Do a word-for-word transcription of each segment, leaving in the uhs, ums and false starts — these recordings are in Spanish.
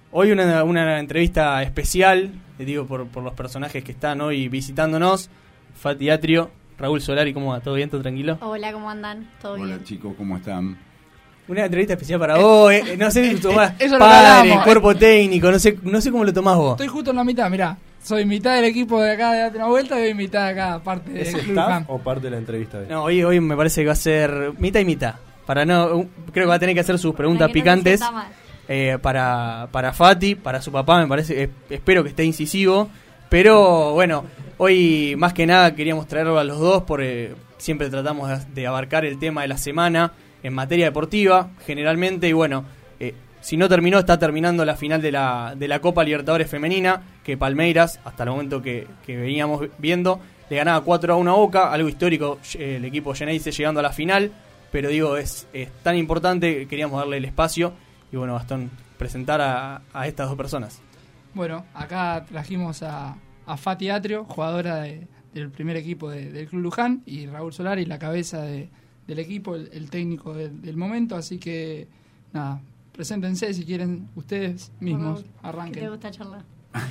hoy una, una entrevista especial, les digo, por, por los personajes que están hoy visitándonos. Fati Atrio, Raúl Solari, ¿cómo va? ¿Todo bien? ¿Todo tranquilo? Hola, ¿cómo andan? ¿Todo Hola, bien? Hola chicos, ¿cómo están? Una entrevista especial para vos, eh, no sé si tú tomás Eso lo padre, hablamos. cuerpo técnico, no sé, no sé cómo lo tomás vos. Estoy justo en la mitad, mirá. Soy mitad del equipo de acá de Date una Vuelta y soy mitad de acá, parte del ¿Es Club staff Fan. o parte de la entrevista? No, hoy, hoy me parece que va a ser mitad y mitad. Para no, un- creo que va a tener que hacer sus preguntas Para que no picantes se sienta mal. eh, para, para Fati, para su papá, me parece, eh, espero que esté incisivo. Pero bueno, hoy más que nada queríamos traerlo a los dos porque siempre tratamos de, de abarcar el tema de la semana en materia deportiva, generalmente, y bueno, eh, si no terminó, está terminando la final de la, de la Copa Libertadores Femenina, que Palmeiras, hasta el momento que, que veníamos viendo, le ganaba cuatro a uno a Boca, algo histórico, eh, el equipo Geneise llegando a la final, pero digo, es, es tan importante, queríamos darle el espacio, y bueno, Gastón, presentar a, a estas dos personas. Bueno, acá trajimos a, a Fati Atrio, jugadora de- del primer equipo de- del Club Luján, y Raúl Solari, la cabeza de- del equipo, el, el técnico del, del momento. Así que, nada, preséntense si quieren ustedes mismos. ¿Qué te Arranquen. gusta charlar?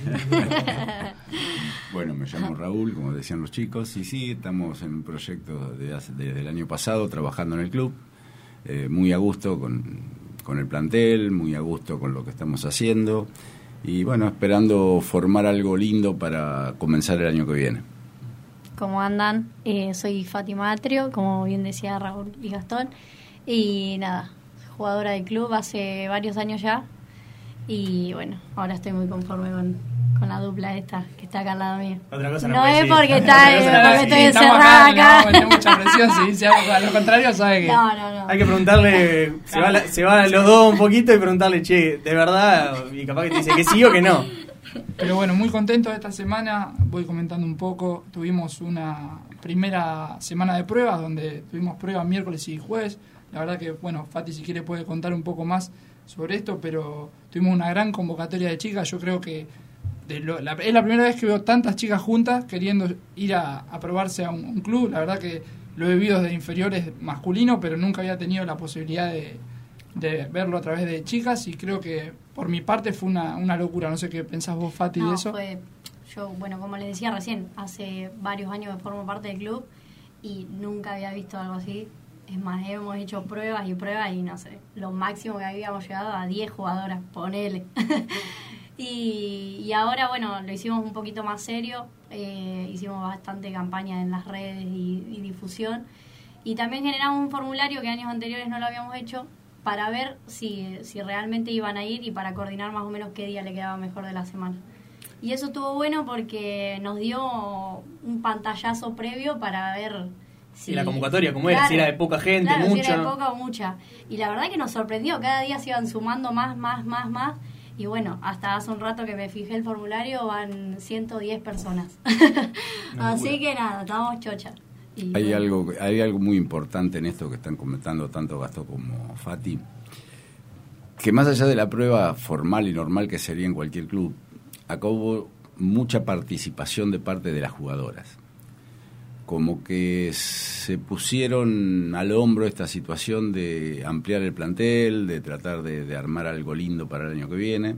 Bueno, me llamo Raúl, como decían los chicos, y sí, estamos en un proyecto de hace- desde el año pasado trabajando en el club, eh, muy a gusto con, con el plantel, muy a gusto con lo que estamos haciendo, y bueno, esperando formar algo lindo para comenzar el año que viene. ¿Cómo andan? Eh, soy Fátima Atrio, como bien decía Raúl y Gastón. Y nada, jugadora del club hace varios años ya. Y bueno, ahora estoy muy conforme con, con la dupla esta que está acá al lado mío. Otra cosa no No puede es decir. porque, Otra está, cosa eh, no porque puede estoy Sí, estamos encerrada acá, no vamos a acá. meter mucha presión. Si dice algo a lo contrario, sabe que... No, no, no. Hay que preguntarle, se va, la- se va los dos un poquito y preguntarle, che, ¿de verdad? Y capaz que te dice que sí o que no. Pero bueno, muy contento de esta semana. Voy comentando un poco. Tuvimos una primera semana de pruebas donde tuvimos pruebas miércoles y jueves. La verdad que, bueno, Fati si quiere puede contar un poco más sobre esto, pero tuvimos una gran convocatoria de chicas. Yo creo que de lo- la, es la primera vez que veo tantas chicas juntas queriendo ir a, a probarse a un, un club. La verdad que lo he vivido desde inferiores masculino, pero nunca había tenido la posibilidad de, de verlo a través de chicas, y creo que por mi parte fue una, una locura. No sé qué pensás vos, Fati, No, de eso. fue, yo, bueno, como les decía recién, hace varios años que formo parte del club y nunca había visto algo así. Es más, hemos hecho pruebas y pruebas y no sé, lo máximo que habíamos llegado a diez jugadoras, ponele. y, y ahora, bueno, lo hicimos un poquito más serio, eh, hicimos bastante campaña en las redes y, y difusión. Y también generamos un formulario que años anteriores no lo habíamos hecho para ver si, si realmente iban a ir y para coordinar más o menos qué día le quedaba mejor de la semana. Y eso estuvo bueno porque nos dio un pantallazo previo para ver si... Y la convocatoria, ¿cómo era? Si era de poca gente, claro, mucha. si era de poca o mucha. Y la verdad que nos sorprendió, cada día se iban sumando más, más, más, más. Y bueno, hasta hace un rato que me fijé el formulario van ciento diez personas. Así que nada, estábamos chochas. Y Hay bueno, algo, hay algo muy importante en esto que están comentando tanto Gastón como Fati, que más allá de la prueba formal y normal que sería en cualquier club, acá hubo mucha participación de parte de las jugadoras. Como que se pusieron al hombro esta situación de ampliar el plantel, de tratar de, de armar algo lindo para el año que viene.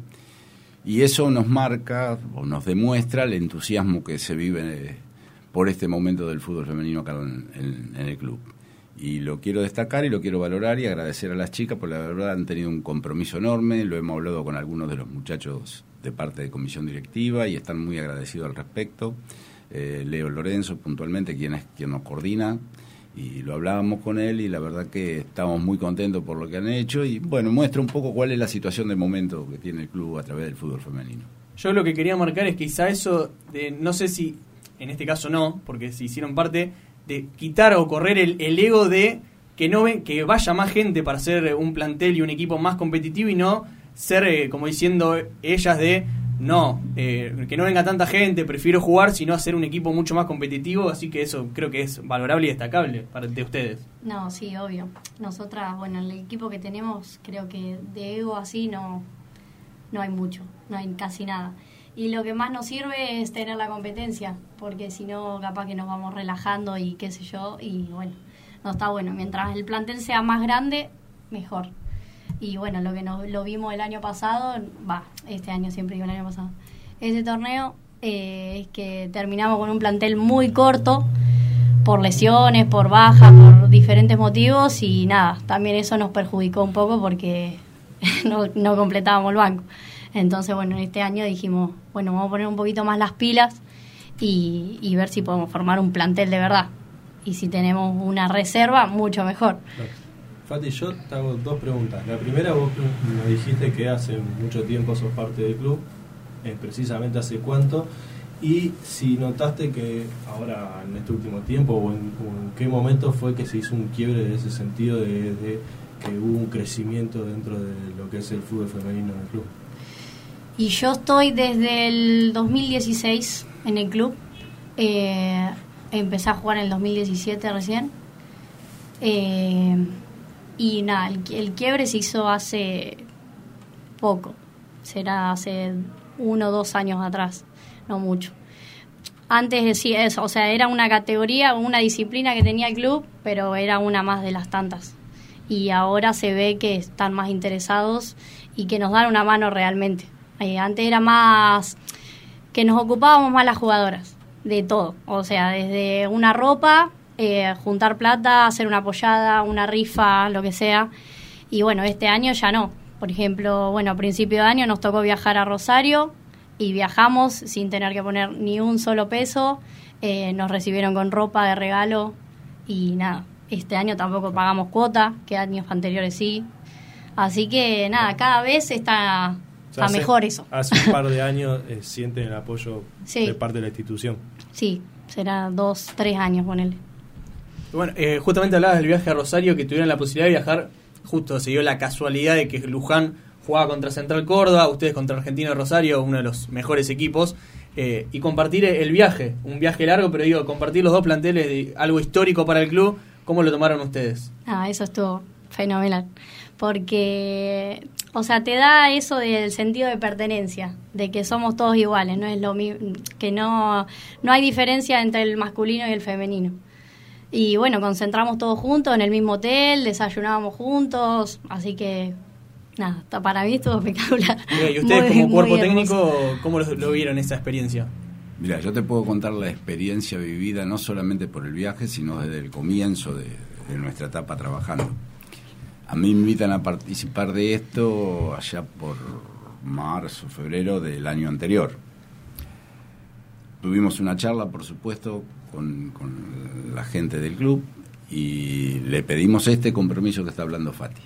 Y eso nos marca o nos demuestra el entusiasmo que se vive eh, por este momento del fútbol femenino acá en, en, en el club. Y lo quiero destacar y lo quiero valorar y agradecer a las chicas, porque la verdad han tenido un compromiso enorme. Lo hemos hablado con algunos de los muchachos de parte de comisión directiva y están muy agradecidos al respecto. Eh, Leo Lorenzo puntualmente, quien es quien nos coordina, y lo hablábamos con él y la verdad que estamos muy contentos por lo que han hecho y bueno, muestra un poco cuál es la situación de momento que tiene el club a través del fútbol femenino. Yo lo que quería marcar es quizá eso de, no sé si, en este caso no, porque se hicieron parte de quitar o correr el, el ego de que no ven, que vaya más gente para hacer un plantel y un equipo más competitivo y no ser, eh, como diciendo ellas, de no, eh, que no venga tanta gente, prefiero jugar, sino hacer un equipo mucho más competitivo, así que eso creo que es valorable y destacable para de ustedes. No, sí, obvio. Nosotras, bueno, el equipo que tenemos, creo que de ego así no, no hay mucho, no hay casi nada. Y lo que más nos sirve es tener la competencia, porque si no, capaz que nos vamos relajando y qué sé yo, y bueno, no está bueno. Mientras el plantel sea más grande, mejor. Y bueno, lo que nos, lo vimos el año pasado, va, este año siempre digo el año pasado, este torneo eh, es que terminamos con un plantel muy corto por lesiones, por bajas, por diferentes motivos y nada, también eso nos perjudicó un poco porque no, no completábamos el banco. Entonces, bueno, este año dijimos, bueno, vamos a poner un poquito más las pilas y, y ver si podemos formar un plantel de verdad. Y si tenemos una reserva, mucho mejor. Claro. Fati, yo te hago dos preguntas. La primera, vos me dijiste que hace mucho tiempo sos parte del club, eh, precisamente hace cuánto, y si notaste que ahora en este último tiempo o en, o en qué momento fue que se hizo un quiebre de ese sentido de, de que hubo un crecimiento dentro de lo que es el fútbol femenino en el club. Y yo estoy desde el dos mil dieciséis en el club, eh, empecé a jugar en el dos mil diecisiete recién, eh, y nada, el, el quiebre se hizo hace poco, será hace uno o dos años atrás, no mucho. Antes sí, eso, o sea, era una categoría, una disciplina que tenía el club, pero era una más de las tantas. Y ahora se ve que están más interesados y que nos dan una mano realmente. Eh, antes era más que nos ocupábamos más las jugadoras, de todo. O sea, desde una ropa, eh, juntar plata, hacer una apoyada, una rifa, lo que sea. Y bueno, este año ya no. Por ejemplo, bueno, a principio de año nos tocó viajar a Rosario y viajamos sin tener que poner ni un solo peso. Eh, nos recibieron con ropa de regalo y nada. Este año tampoco pagamos cuota, que años anteriores sí. Así que nada, cada vez está, o sea, está hace, mejor eso. Hace un par de años eh, sienten el apoyo sí. de parte de la institución. Sí, será dos, tres años, ponele. Bueno, eh, justamente hablabas del viaje a Rosario, que tuvieron la posibilidad de viajar, justo se dio la casualidad de que Luján jugaba contra Central Córdoba, ustedes contra Argentino de Rosario, uno de los mejores equipos, eh, y compartir el viaje, un viaje largo, pero digo, compartir los dos planteles, de algo histórico para el club. ¿Cómo lo tomaron ustedes? Ah, eso estuvo fenomenal, porque, o sea, te da eso del sentido de pertenencia, de que somos todos iguales, no es lo mismo, que no, no hay diferencia entre el masculino y el femenino. Y bueno, concentramos todos juntos en el mismo hotel, desayunábamos juntos, así que nada, para mí estuvo espectacular. ¿Y ustedes muy, como cuerpo técnico, cómo lo, lo vieron esa experiencia? Mira, yo te puedo contar la experiencia vivida no solamente por el viaje, sino desde el comienzo de, de nuestra etapa trabajando. A mí me invitan a participar de esto allá por marzo, febrero del año anterior. Tuvimos una charla, por supuesto, con, con la gente del club y le pedimos este compromiso que está hablando Fati.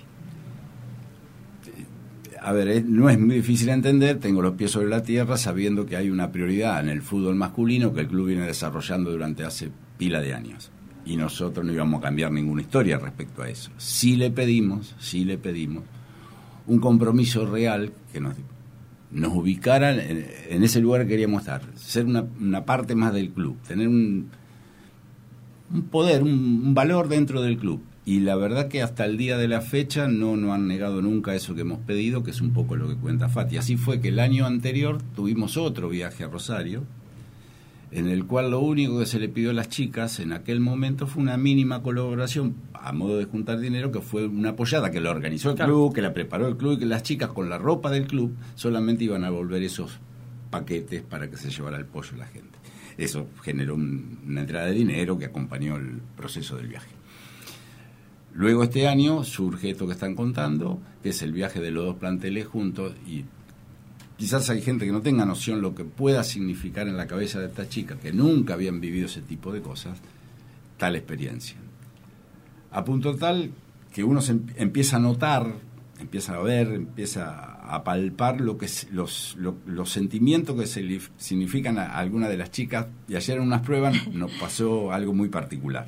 A ver, no es muy difícil de entender, tengo los pies sobre la tierra sabiendo que hay una prioridad en el fútbol masculino que el club viene desarrollando durante hace pila de años. Y nosotros no íbamos a cambiar ninguna historia respecto a eso. Sí le pedimos, sí le pedimos un compromiso real que nos, nos ubicara en, en ese lugar que queríamos estar, ser una, una parte más del club, tener un, un poder, un, un valor dentro del club. Y la verdad que hasta el día de la fecha no nos han negado nunca eso que hemos pedido, que es un poco lo que cuenta Fati. Así fue que el año anterior tuvimos otro viaje a Rosario, en el cual lo único que se le pidió a las chicas en aquel momento fue una mínima colaboración a modo de juntar dinero, que fue una apoyada que la organizó el club, que la preparó el club, y que las chicas con la ropa del club solamente iban a volver esos paquetes para que se llevara el pollo la gente. Eso generó un, una entrada de dinero que acompañó el proceso del viaje. Luego este año surge esto que están contando, que es el viaje de los dos planteles juntos, y quizás hay gente que no tenga noción lo que pueda significar en la cabeza de estas chicas, que nunca habían vivido ese tipo de cosas, tal experiencia. A punto tal que uno se empieza a notar, empieza a ver, empieza a palpar lo que los, los, los sentimientos que se significan a algunas de las chicas, y ayer en unas pruebas nos pasó algo muy particular.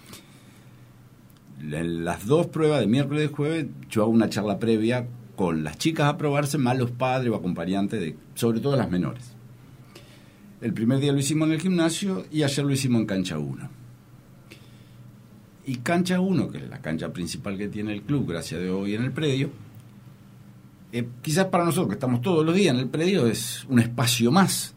En las dos pruebas de miércoles y jueves yo hago una charla previa con las chicas a probarse, más los padres o acompañantes, de, sobre todo las menores. El primer día lo hicimos en el gimnasio y ayer lo hicimos en cancha uno. Y cancha uno, que es la cancha principal que tiene el club, gracias a Dios, hoy en el predio, eh, quizás para nosotros que estamos todos los días en el predio es un espacio más.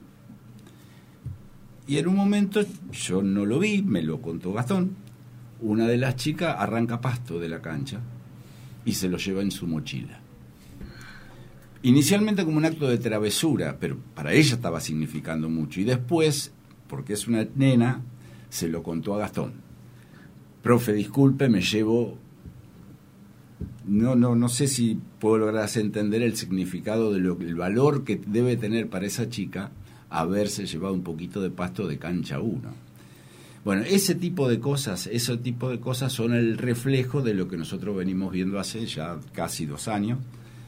Y en un momento, yo no lo vi, me lo contó Gastón, una de las chicas arranca pasto de la cancha y se lo lleva en su mochila. Inicialmente como un acto de travesura, pero para ella estaba significando mucho. Y después, porque es una nena, se lo contó a Gastón. Profe, disculpe, me llevo... No, no, no sé si puedo lograr hacer entender el significado de lo, el valor que debe tener para esa chica haberse llevado un poquito de pasto de cancha uno. Bueno, ese tipo de cosas, ese tipo de cosas son el reflejo de lo que nosotros venimos viendo hace ya casi dos años,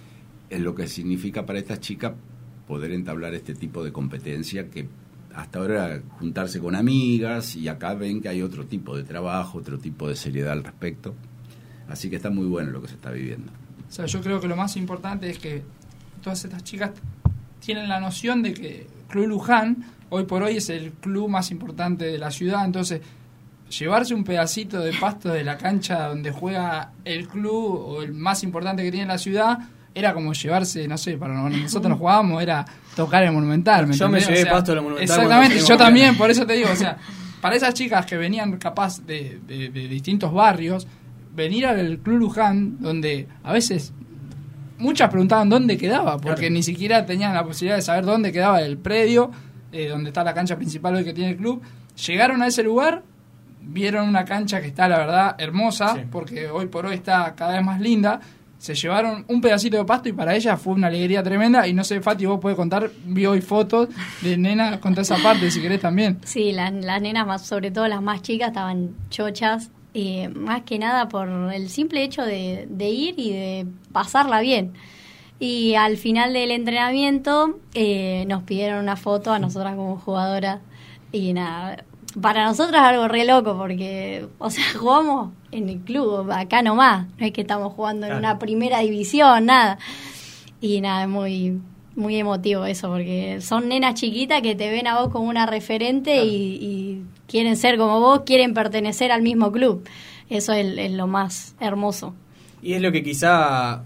es lo que significa para estas chicas poder entablar este tipo de competencia que hasta ahora juntarse con amigas, y acá ven que hay otro tipo de trabajo, otro tipo de seriedad al respecto. Así que está muy bueno lo que se está viviendo. O sea, yo creo que lo más importante es que todas estas chicas tienen la noción de que Club Luján hoy por hoy es el club más importante de la ciudad, entonces llevarse un pedacito de pasto de la cancha donde juega el club o el más importante que tiene la ciudad era como llevarse, no sé, para nosotros nos jugábamos, era tocar el Monumental. ¿me yo me entendés? llevé O sea, pasto de la Monumental. Exactamente, yo también, por eso te digo, o sea, para esas chicas que venían capaz de, de, de distintos barrios, venir al Club Luján, donde a veces muchas preguntaban dónde quedaba, porque claro, ni siquiera tenían la posibilidad de saber dónde quedaba el predio, eh, donde está la cancha principal hoy que tiene el club. Llegaron a ese lugar, vieron una cancha que está, la verdad, hermosa, sí, porque hoy por hoy está cada vez más linda. Se llevaron un pedacito de pasto y para ella fue una alegría tremenda. Y no sé, Fati, vos podés contar, vi hoy fotos de nenas, contá esa parte si querés también. Sí, las, las nenas, más, sobre todo las más chicas, estaban chochas. Eh, más que nada por el simple hecho de, de ir y de pasarla bien. Y al final del entrenamiento eh, nos pidieron una foto a nosotras como jugadoras. Y nada, para nosotras algo re loco porque, o sea, jugamos en el club, acá nomás, no es que estamos jugando en una primera división, nada. Y nada, es muy, muy emotivo eso, porque son nenas chiquitas que te ven a vos como una referente, claro, y, y quieren ser como vos, quieren pertenecer al mismo club. Eso es, es lo más hermoso. Y es lo que quizá,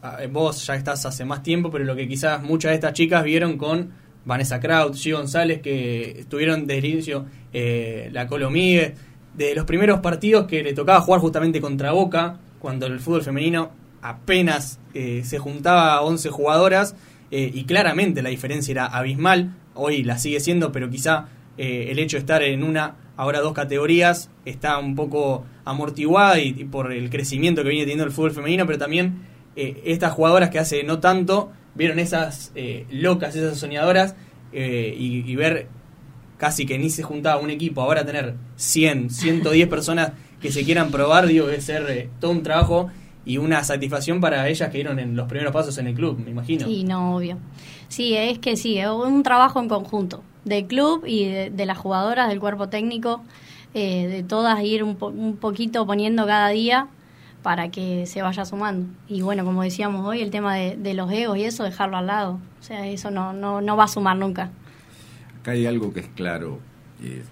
vos ya estás hace más tiempo, pero lo que quizás muchas de estas chicas vieron con Vanessa Kraut, G. González, que estuvieron desde el inicio, eh, la Colo Míguez, de los primeros partidos que le tocaba jugar justamente contra Boca, cuando el fútbol femenino apenas eh, se juntaba a once jugadoras, eh, y claramente la diferencia era abismal. Hoy la sigue siendo, pero quizá eh, el hecho de estar en una, ahora dos categorías, está un poco amortiguada y, y por el crecimiento que viene teniendo el fútbol femenino, pero también eh, estas jugadoras que hace no tanto vieron esas eh, locas, esas soñadoras, eh, y, y ver casi que ni se juntaba un equipo, ahora tener cien, ciento diez personas que se quieran probar, digo, debe ser eh, todo un trabajo y una satisfacción para ellas que dieron en los primeros pasos en el club, me imagino. Sí, no, obvio. Sí, es que sí, es un trabajo en conjunto del club y de, de las jugadoras, del cuerpo técnico, eh, de todas ir un, po- un poquito poniendo cada día para que se vaya sumando. Y bueno, como decíamos hoy, el tema de, de los egos y eso, dejarlo al lado. O sea, eso no, no, no va a sumar nunca. Acá hay algo que es claro, eh,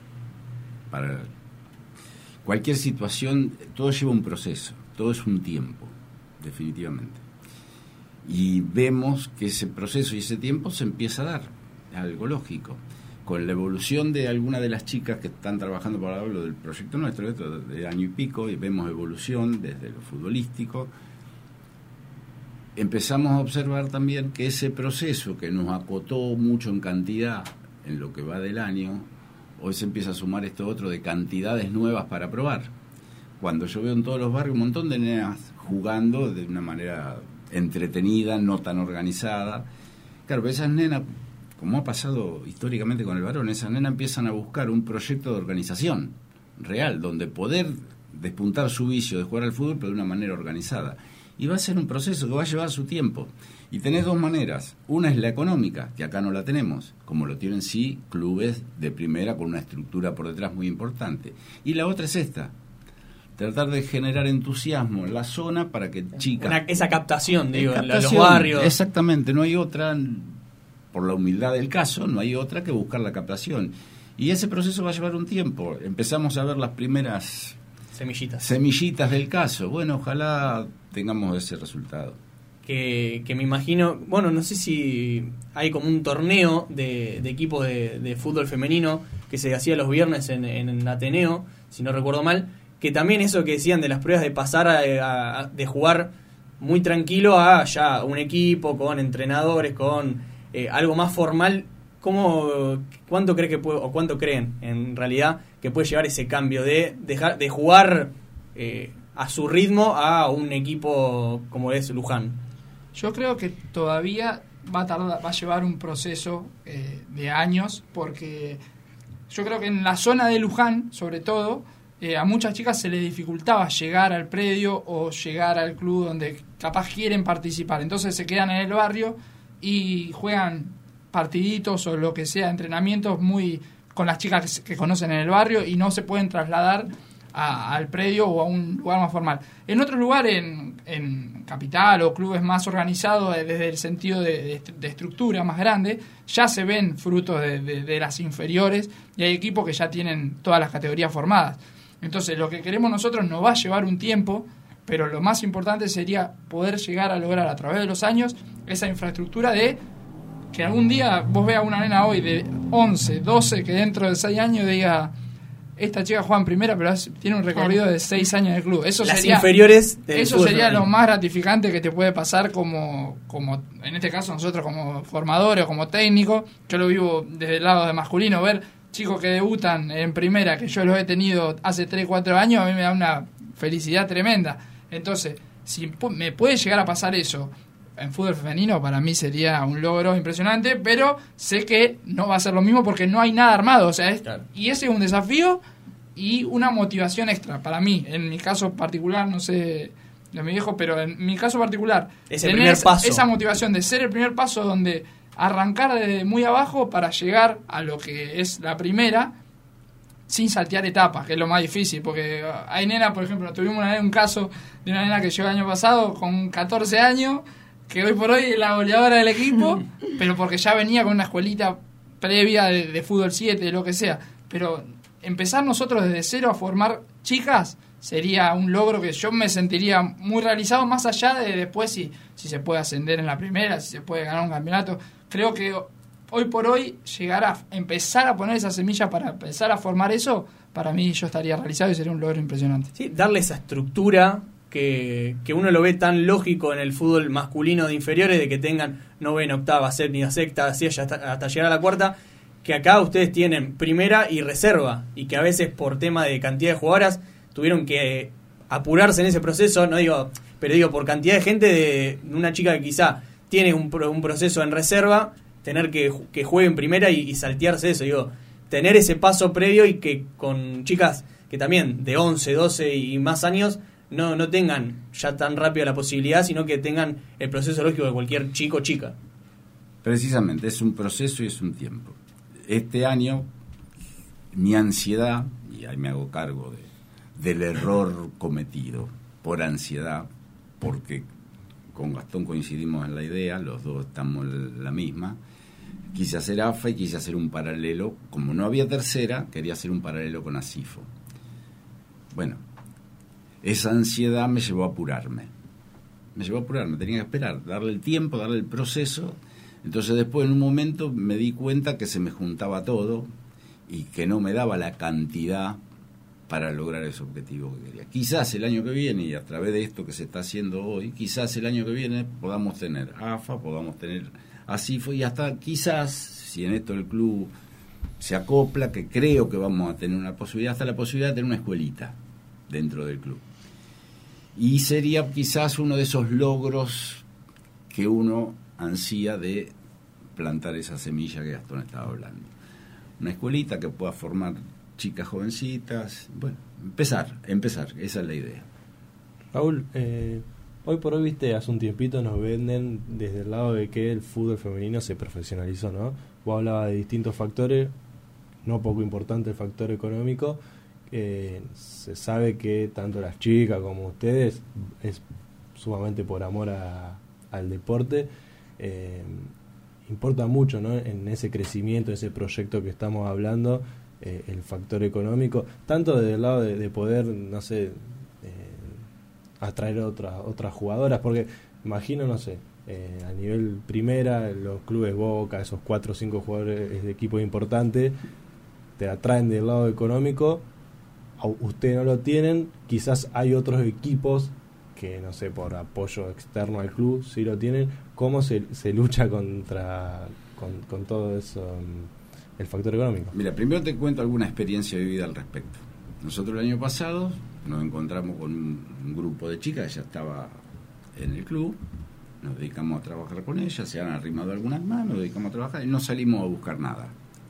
para cualquier situación, todo lleva un proceso, todo es un tiempo, definitivamente. Y vemos que ese proceso y ese tiempo se empieza a dar, algo lógico. Con la evolución de algunas de las chicas que están trabajando para lo del proyecto nuestro, esto de año y pico, y vemos evolución desde lo futbolístico, empezamos a observar también que ese proceso que nos acotó mucho en cantidad en lo que va del año, hoy se empieza a sumar esto otro de cantidades nuevas para probar. Cuando yo veo en todos los barrios un montón de nenas jugando de una manera entretenida, no tan organizada, claro, pero esas nenas, como ha pasado históricamente con el varón, esas nenas empiezan a buscar un proyecto de organización real, donde poder despuntar su vicio de jugar al fútbol, pero de una manera organizada. Y va a ser un proceso que va a llevar su tiempo. Y tenés dos maneras. Una es la económica, que acá no la tenemos, como lo tienen sí clubes de primera con una estructura por detrás muy importante. Y la otra es esta, tratar de generar entusiasmo en la zona para que chicas... Una, esa captación, digo, en los barrios. Exactamente, no hay otra, por la humildad del caso, no hay otra que buscar la captación. Y ese proceso va a llevar un tiempo. Empezamos a ver las primeras... Semillitas. Semillitas del caso. Bueno, ojalá tengamos ese resultado. Que, que me imagino, bueno, no sé si hay como un torneo de, de equipos de, de fútbol femenino que se hacía los viernes en, en Ateneo, si no recuerdo mal, que también eso que decían de las pruebas de pasar a, a, de jugar muy tranquilo a ya un equipo con entrenadores, con eh, algo más formal. ¿Cómo, cuánto cree que puede, o cuánto creen en realidad que puede llevar ese cambio de dejar de jugar eh, a su ritmo a un equipo como es Luján? Yo creo que todavía va a tardar, va a llevar un proceso eh, de años, porque yo creo que en la zona de Luján, sobre todo, eh, a muchas chicas se les dificultaba llegar al predio o llegar al club donde capaz quieren participar. Entonces se quedan en el barrio y juegan partiditos o lo que sea, entrenamientos muy con las chicas que, que conocen en el barrio, y no se pueden trasladar a, al predio o a un lugar más formal. En otro lugar, en, en capital o clubes más organizados desde el sentido de, de, de estructura más grande, ya se ven frutos de, de, de las inferiores, y hay equipos que ya tienen todas las categorías formadas. Entonces lo que queremos nosotros nos va a llevar un tiempo, pero lo más importante sería poder llegar a lograr a través de los años esa infraestructura de que algún día vos veas una nena hoy de once, doce, que dentro de seis años diga: esta chica juega en primera, pero tiene un recorrido de seis años de club. Eso Las sería, inferiores del eso fútbol sería femenino. lo más gratificante que te puede pasar como, como, en este caso nosotros como formadores o como técnicos. Yo lo vivo desde el lado de masculino, ver chicos que debutan en primera, que yo los he tenido hace tres, cuatro años, a mí me da una felicidad tremenda. Entonces, si me puede llegar a pasar eso en fútbol femenino, para mí sería un logro impresionante, pero sé que no va a ser lo mismo porque no hay nada armado, o sea, es, claro. Y ese es un desafío y una motivación extra para mí, en mi caso particular, no sé de mi viejo, pero en mi caso particular, es el primer paso. Esa motivación de ser el primer paso, donde arrancar de muy abajo para llegar a lo que es la primera, sin saltear etapas, que es lo más difícil, porque hay nenas, por ejemplo, tuvimos una, un caso de una nena que llegó el año pasado con catorce años, que hoy por hoy es la goleadora del equipo, pero porque ya venía con una escuelita previa de, de fútbol siete, de lo que sea. Pero empezar nosotros desde cero a formar chicas sería un logro que yo me sentiría muy realizado, más allá de después si, si se puede ascender en la primera, si se puede ganar un campeonato. Creo que hoy por hoy llegar a empezar a poner esa semilla para empezar a formar eso, para mí yo estaría realizado y sería un logro impresionante. Sí, darle esa estructura que, que uno lo ve tan lógico en el fútbol masculino de inferiores, de que tengan novena, octava, séptima, sexta, así hasta, hasta llegar a la cuarta, que acá ustedes tienen primera y reserva, y que a veces por tema de cantidad de jugadoras tuvieron que apurarse en ese proceso, no digo, pero digo por cantidad de gente, de una chica que quizá tiene un, un proceso en reserva, tener que, que juegue en primera y, y saltearse eso, digo, tener ese paso previo, y que con chicas que también de once, doce y más años no, no tengan ya tan rápido la posibilidad, sino que tengan el proceso lógico de cualquier chico o chica. Precisamente, es un proceso y es un tiempo. Este año, mi ansiedad, y ahí me hago cargo de, del error cometido por ansiedad, porque con Gastón coincidimos en la idea, los dos estamos en la misma. Quise hacer A F A y quise hacer un paralelo. Como no había tercera, quería hacer un paralelo con ASIFO. Bueno, esa ansiedad me llevó a apurarme. Me llevó a apurarme, tenía que esperar, darle el tiempo, darle el proceso. Entonces después en un momento me di cuenta que se me juntaba todo y que no me daba la cantidad para lograr ese objetivo que quería. Quizás el año que viene, y a través de esto que se está haciendo hoy, quizás el año que viene podamos tener A F A, podamos tener ASIFO, y hasta quizás, si en esto el club se acopla, que creo que vamos a tener una posibilidad, hasta la posibilidad de tener una escuelita dentro del club. Y sería quizás uno de esos logros que uno ansía de plantar esa semilla que Gastón estaba hablando. Una escuelita que pueda formar chicas jovencitas, bueno, empezar, empezar, esa es la idea. Raúl, eh, hoy por hoy, viste, hace un tiempito nos venden desde el lado de que el fútbol femenino se profesionalizó, ¿no? Vos hablabas de distintos factores, no poco importante el factor económico. Eh, se sabe que tanto las chicas como ustedes es sumamente por amor a, al deporte. Eh, importa mucho, ¿no?, en ese crecimiento, ese proyecto que estamos hablando, eh, el factor económico, tanto desde el lado de, de poder, no sé, eh, atraer otras otras jugadoras, porque imagino, no sé, eh, a nivel primera, los clubes Boca, esos cuatro o cinco jugadores de equipos importantes, te atraen del lado económico. Ustedes no lo tienen, quizás hay otros equipos que no sé, por apoyo externo al club, sí lo tienen. ¿Cómo se, se lucha contra con, con todo eso, el factor económico? Mira, primero te cuento alguna experiencia vivida al respecto. Nosotros el año pasado nos encontramos con un, un grupo de chicas, ella estaba en el club, nos dedicamos a trabajar con ellas, se han arrimado algunas más, nos dedicamos a trabajar y no salimos a buscar nada.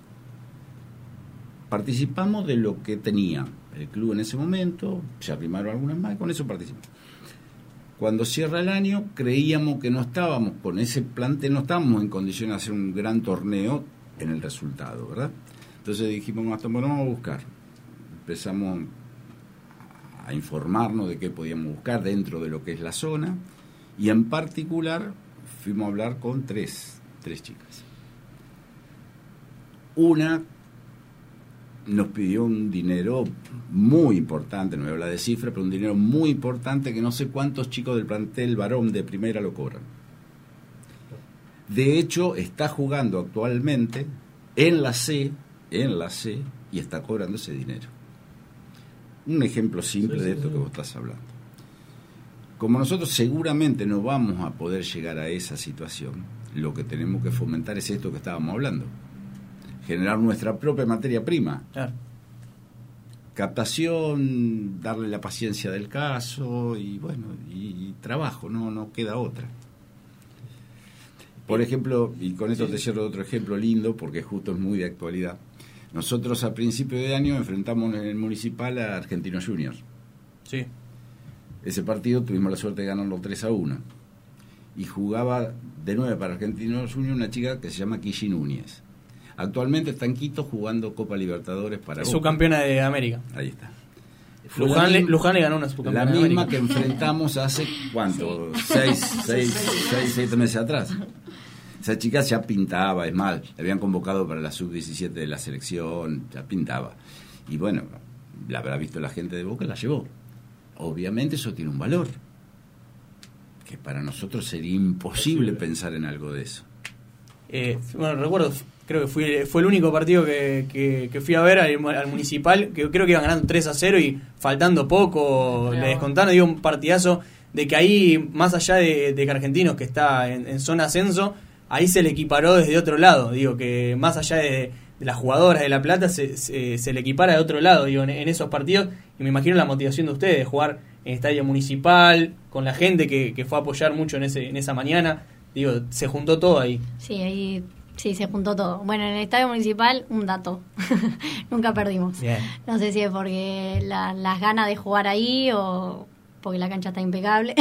Participamos de lo que tenía el club en ese momento, se arrimaron algunas más y con eso participamos. Cuando cierra el año creíamos que no estábamos con ese plantel, no estábamos en condiciones de hacer un gran torneo en el resultado, ¿verdad? Entonces dijimos, bueno, vamos a buscar. Empezamos a informarnos de qué podíamos buscar dentro de lo que es la zona y en particular fuimos a hablar con tres, tres chicas. Una nos pidió un dinero muy importante, no voy a hablar de cifras, pero un dinero muy importante que no sé cuántos chicos del plantel varón de primera lo cobran. De hecho, está jugando actualmente en la C, en la C, y está cobrando ese dinero. Un ejemplo simple sí, sí, de esto sí. que vos estás hablando. Como nosotros seguramente no vamos a poder llegar a esa situación, lo que tenemos que fomentar es esto que estábamos hablando. Generar nuestra propia materia prima. Claro. Captación, darle la paciencia del caso y bueno, y, y trabajo, no, no queda otra. Por ejemplo, y con esto sí. te cierro otro ejemplo lindo, porque justo es muy de actualidad. Nosotros a principio de año enfrentamos en el Municipal a Argentinos Juniors. Sí. Ese partido tuvimos la suerte de ganarlo tres a uno. Y jugaba de nueve para Argentinos Juniors una chica que se llama Kishi Núñez. Actualmente está en Quito jugando Copa Libertadores para... Es subcampeona de América. Ahí está. Luján le, Luján le ganó una subcampeona de América. La misma que enfrentamos hace, ¿cuánto? Sí. Seis, seis, seis, siete meses atrás. Esa chica ya pintaba, es más, la habían convocado para la sub diecisiete de la selección, ya pintaba. Y bueno, la habrá visto la gente de Boca, la llevó. Obviamente eso tiene un valor, que para nosotros sería imposible pensar en algo de eso. Eh, bueno, recuerdo, creo que fui, fue el único partido que, que, que fui a ver al, al Municipal, que creo que iban ganando tres a cero y faltando poco, Pero... le descontaron, dio un partidazo de que ahí, más allá de, de que Argentinos, que está en, en zona ascenso, ahí se le equiparó desde otro lado, digo, que más allá de, de las jugadoras de La Plata, se, se, se le equipara de otro lado, digo, en, en esos partidos, y me imagino la motivación de ustedes, jugar en Estadio Municipal, con la gente que, que fue a apoyar mucho en ese en esa mañana, digo, se juntó todo ahí. Sí, ahí sí se juntó todo. Bueno, en el Estadio Municipal, un dato, nunca perdimos. Bien. No sé si es porque la, las ganas de jugar ahí o porque la cancha está impecable,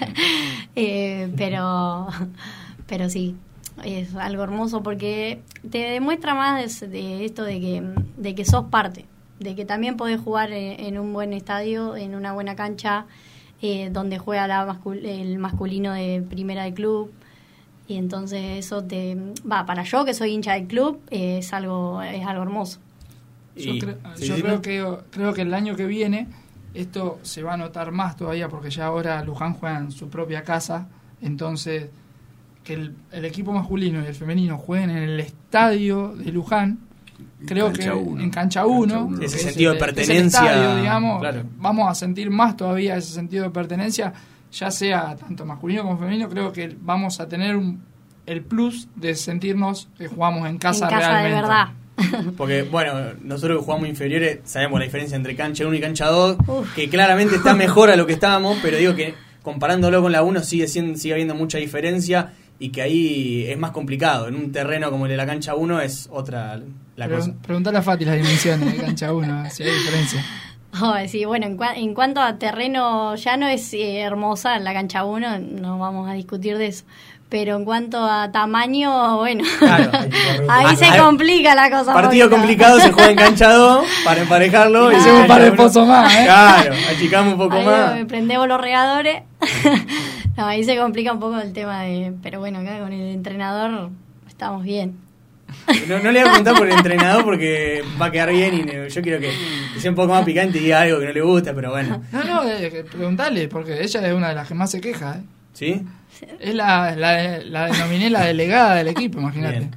eh, pero, pero sí. Es algo hermoso porque te demuestra más de, de esto de que de que sos parte, de que también podés jugar en, en un buen estadio, en una buena cancha, eh, donde juega la mascul- el masculino de primera del club, y entonces eso te va, para yo que soy hincha del club, eh, es algo es algo hermoso. Yo, cre- ¿sí, yo creo que creo que el año que viene esto se va a notar más todavía, porque ya ahora Luján juega en su propia casa, entonces que el, el equipo masculino y el femenino jueguen en el estadio de Luján, en creo que uno. en cancha uno, ese es sentido de pertenencia, estadio, digamos, claro. Vamos a sentir más todavía ese sentido de pertenencia, ya sea tanto masculino como femenino. Creo que vamos a tener un, el plus de sentirnos que jugamos en casa, en casa realmente. De verdad. Porque, bueno, nosotros que jugamos inferiores sabemos la diferencia entre cancha uno y cancha dos, Uf. que claramente está mejor a lo que estábamos, pero digo que comparándolo con la uno sigue siendo, sigue habiendo mucha diferencia. Y que ahí es más complicado. En un terreno como el de la cancha uno es otra la Pero, cosa. Preguntale a Fati las dimensiones de cancha uno, si hay diferencia. Oh, sí, bueno, en, cua- en cuanto a terreno llano es eh, hermosa la cancha uno, no vamos a discutir de eso. Pero en cuanto a tamaño, bueno, claro, ahí ah, se ah, complica la cosa. Partido poquito. complicado, se juega en cancha dos para emparejarlo. Claro. Y hacemos un par de pozos más, ¿eh? Claro, achicamos un poco ahí más. Prendemos los regadores. No, ahí se complica un poco el tema de... Pero bueno, acá con el entrenador estamos bien. No, no le voy a preguntar por el entrenador porque va a quedar bien y yo quiero que sea un poco más picante y diga algo que no le gusta, pero bueno. No, no, eh, preguntale, porque ella es una de las que más se queja, ¿eh? ¿Sí? Es la, la, la denominé la delegada del equipo, imagínate.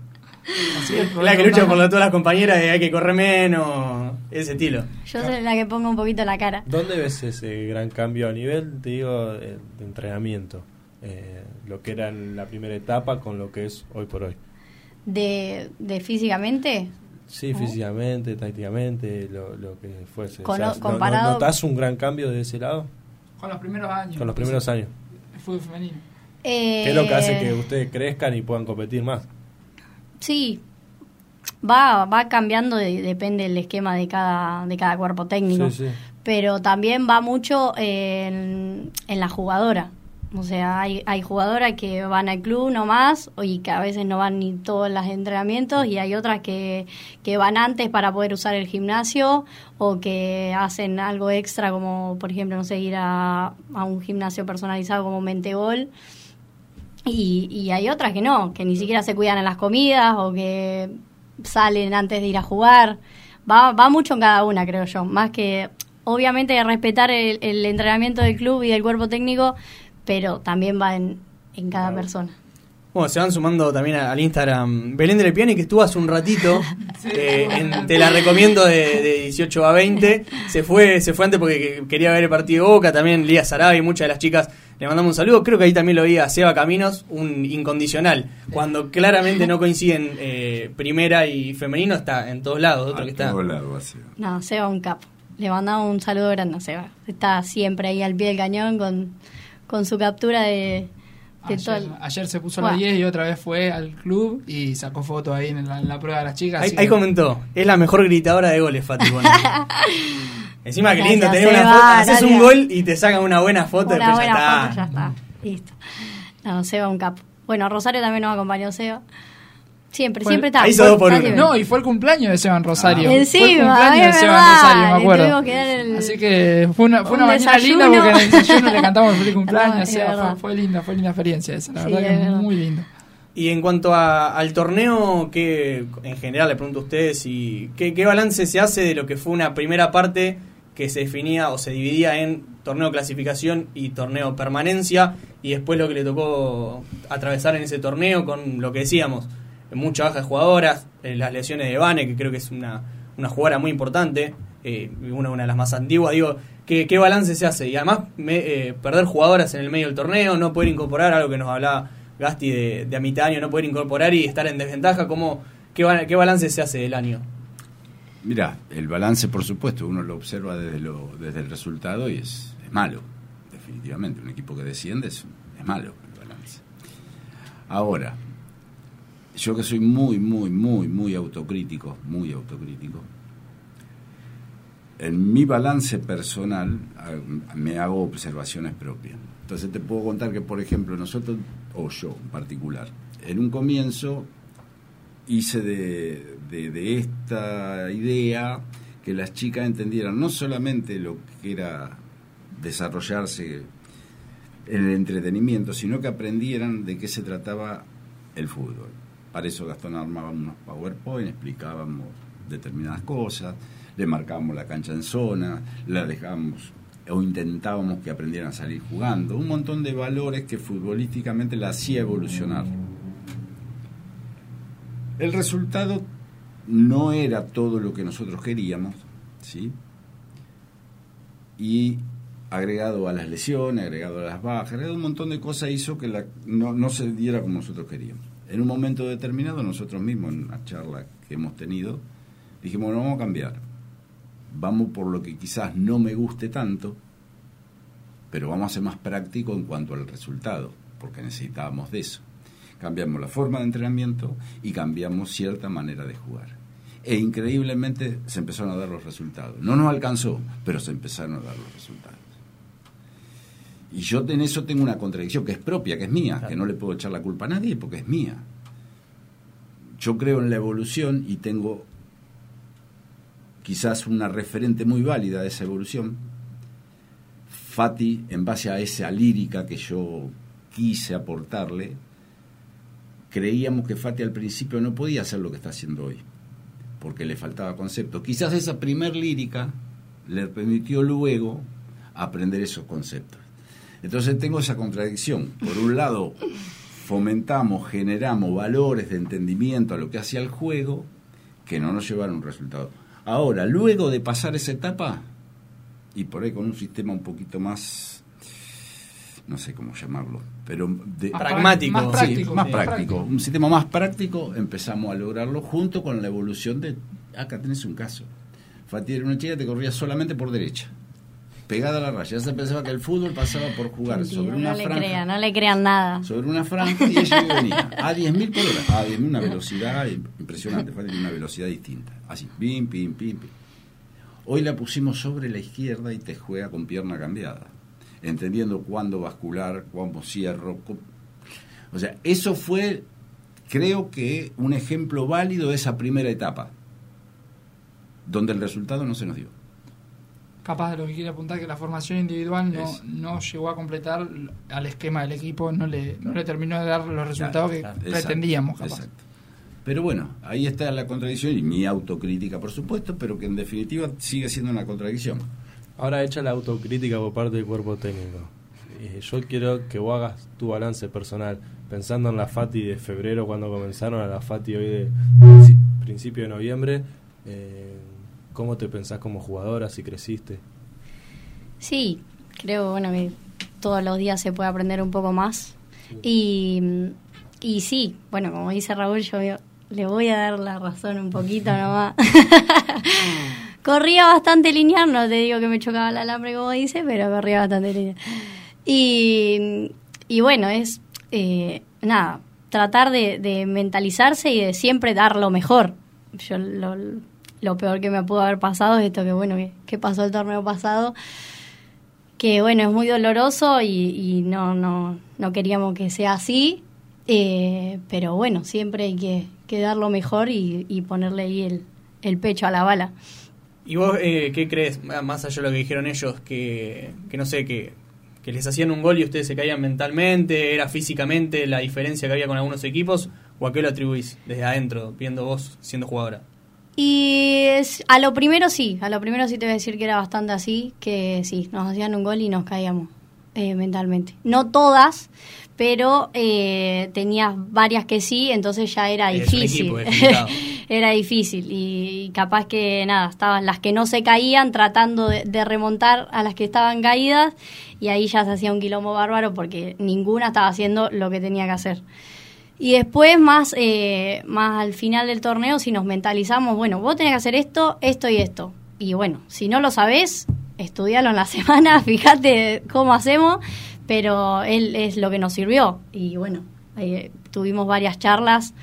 Así que el La que problema lucha no- por todas las compañeras de hay que correr menos, ese estilo. Yo soy la que pongo un poquito la cara. ¿Dónde ves ese gran cambio a nivel, te digo, de, de entrenamiento? Eh, lo que era en la primera etapa con lo que es hoy por hoy. De, de físicamente, Sí, ¿no? físicamente, tácticamente, lo, lo que fuese. Con- O sea, ¿no- comparado- ¿no- ¿Notás un gran cambio de ese lado? Con los primeros años. Con los primeros años. El fútbol femenino. eh, ¿Qué es lo que hace que ustedes crezcan y puedan competir más? Sí, va va cambiando, de- depende del esquema de cada de cada cuerpo técnico. Sí, sí. Pero también va mucho en, en la jugadora. O sea, hay, hay jugadoras que van al club nomás y que a veces no van ni todos los entrenamientos, y hay otras que, que van antes para poder usar el gimnasio, o que hacen algo extra como, por ejemplo, no sé, ir a, a un gimnasio personalizado como Mentegol. Y, y hay otras que no, que ni siquiera se cuidan en las comidas o que salen antes de ir a jugar. Va, va mucho en cada una, creo yo. Más que, obviamente, respetar el, el entrenamiento del club y del cuerpo técnico, pero también va en, en cada persona. Bueno, se van sumando también a- al Instagram Belén de Lepiani, que estuvo hace un ratito. eh, en- te la recomiendo de, de dieciocho a veinte. Se fue se fue antes porque que- quería ver el partido de Boca. También Lía Sarabia y muchas de las chicas le mandamos un saludo. Creo que ahí también lo vi a Seba Caminos, un incondicional. Cuando claramente no coinciden eh, primera y femenino, está en todos lados. Otro A que está. todos lados, así. No, Seba un capo. Le mandamos un saludo grande a Seba. Está siempre ahí al pie del cañón con, con su captura de, de todo Ayer, el- ayer se puso a Buah. las diez y otra vez fue al club y sacó fotos ahí en la, en la prueba de las chicas. Ahí, así ahí que- comentó, es la mejor gritadora de goles, Fati. Bueno. Encima que lindo, Gracias, tener una Seba, foto, haces gracias. un gol y te sacan una buena foto, Una después buena ya está. foto, ya está. Listo. No, Seba un capo. Bueno, Rosario también nos acompañó, Seba. Siempre, Bueno, siempre está. ahí hizo dos por Está uno. siempre. No, y fue el cumpleaños de Seba en Rosario. Ah. Fue el Encima, cumpleaños de es Seba verdad, en Rosario, me le acuerdo. tuvimos que dar el- Así que fue una, fue un una mañana desayuno. linda porque en el desayuno le cantamos feliz cumpleaños. No, a es Seba. verdad. Fue, fue linda, fue linda experiencia esa. La Sí, verdad es que es verdad. muy lindo. Y en cuanto a- al torneo, que en general le pregunto a ustedes, si, ¿qué, ¿qué balance se hace de lo que fue una primera parte que se definía o se dividía en torneo clasificación y torneo permanencia, y después lo que le tocó atravesar en ese torneo con lo que decíamos, mucha baja de jugadoras, eh, las lesiones de Vane, que creo que es una, una jugadora muy importante, eh, una, una de las más antiguas, digo, ¿qué, qué balance se hace? Y además me, eh, perder jugadoras en el medio del torneo, no poder incorporar, algo que nos hablaba Gasti de, de a mitad de año, no poder incorporar y estar en desventaja, ¿cómo, qué, ba- qué balance se hace del año? Mira, el balance, por supuesto, uno lo observa desde, lo, desde el resultado y es, es malo, definitivamente. Un equipo que desciende es, es malo el balance. Ahora, yo que soy muy, muy, muy, muy autocrítico, muy autocrítico, en mi balance personal a- me hago observaciones propias. Entonces te puedo contar que, por ejemplo, nosotros, o yo en particular, en un comienzo hice de, de, de esta idea que las chicas entendieran no solamente lo que era desarrollarse en el entretenimiento, sino que aprendieran de qué se trataba el fútbol. Para eso Gastón armaba unos PowerPoint, explicábamos determinadas cosas, le marcábamos la cancha en zona, la dejábamos o intentábamos que aprendieran a salir jugando, un montón de valores que futbolísticamente la hacía evolucionar. El resultado no era todo lo que nosotros queríamos, ¿sí? Y agregado a las lesiones, agregado a las bajas, agregado a un montón de cosas, hizo que la, no, no se diera como nosotros queríamos. En un momento determinado, nosotros mismos, en una charla que hemos tenido, dijimos, bueno, vamos a cambiar. Vamos por lo que quizás no me guste tanto, pero vamos a ser más prácticos en cuanto al resultado, porque necesitábamos de eso. Cambiamos la forma de entrenamiento y cambiamos cierta manera de jugar. E increíblemente se empezaron a dar los resultados. No nos alcanzó, pero se empezaron a dar los resultados. Y yo en eso tengo una contradicción que es propia, que es mía, claro, que no le puedo echar la culpa a nadie porque es mía. Yo creo en la evolución y tengo quizás una referente muy válida de esa evolución. Fati, en base a esa lírica que yo quise aportarle, creíamos que Fati al principio no podía hacer lo que está haciendo hoy, porque le faltaba concepto. Quizás esa primer lírica le permitió luego aprender esos conceptos. Entonces tengo esa contradicción. Por un lado, fomentamos, generamos valores de entendimiento a lo que hacía el juego que no nos llevaron a un resultado. Ahora, luego de pasar esa etapa, y por ahí con un sistema un poquito más, no sé cómo llamarlo, pero de, pragmático, más práctico, sí, más sí, práctico, práctico, un sistema más práctico, empezamos a lograrlo junto con la evolución de, acá tenés un caso, Fati era una chica que corría solamente por derecha, pegada a la raya, ya se pensaba que el fútbol pasaba por jugar Mentira, sobre una no le franja, crean, no le crean nada. sobre una franja y ella venía a diez mil por hora, a diez mil, una velocidad impresionante, Fati tenía una velocidad distinta, así, pim, pim, pim, pim. Hoy la pusimos sobre la izquierda y te juega con pierna cambiada, entendiendo cuándo bascular, cuándo cierro. Cu- o sea, eso fue, creo que, un ejemplo válido de esa primera etapa, donde el resultado no se nos dio. Capaz de lo que quiere apuntar, que la formación individual no, Es. no llegó a completar al esquema del equipo, no le, no le terminó de dar los resultados Claro, que exacto, pretendíamos, capaz. Exacto. Pero bueno, ahí está la contradicción, y mi autocrítica, por supuesto, pero que en definitiva sigue siendo una contradicción. Ahora hecha la autocrítica por parte del cuerpo técnico. Eh, yo quiero que vos hagas tu balance personal, pensando en la Fati de febrero cuando comenzaron, a la Fati hoy de princi- principio de noviembre. Eh, ¿Cómo te pensás como jugadora, si creciste? Sí, creo bueno que todos los días se puede aprender un poco más. Y, y sí, bueno, como dice Raúl, yo veo- le voy a dar la razón un poquito nomás. Corría bastante lineal, no te digo que me chocaba el alambre como dice, pero corría bastante lineal. Y, y bueno, es eh, nada, tratar de, de mentalizarse y de siempre dar lo mejor. Yo lo, lo peor que me pudo haber pasado es esto que bueno que, que pasó el torneo pasado, que bueno, es muy doloroso y, y no, no, no queríamos que sea así, eh, pero bueno, siempre hay que, que dar lo mejor y, y ponerle ahí el, el pecho a la bala. ¿Y vos eh, qué crees, más allá de lo que dijeron ellos, que, que no sé, que, que les hacían un gol y ustedes se caían mentalmente, era físicamente la diferencia que había con algunos equipos, o a qué lo atribuís desde adentro, viendo vos siendo jugadora? Y es- a lo primero sí, a lo primero sí te voy a decir que era bastante así, que sí, nos hacían un gol y nos caíamos eh, mentalmente. No todas, pero eh, tenías varias que sí, entonces ya era Es un difícil. equipo, es complicado. Era difícil y, y capaz que nada, estaban las que no se caían tratando de, de remontar a las que estaban caídas y ahí ya se hacía un quilombo bárbaro porque ninguna estaba haciendo lo que tenía que hacer. Y después, más eh, más al final del torneo, si nos mentalizamos, bueno, vos tenés que hacer esto, esto y esto. Y bueno, si no lo sabés, estudialo en la semana, fíjate cómo hacemos, pero él es lo que nos sirvió. Y bueno, eh, tuvimos varias charlas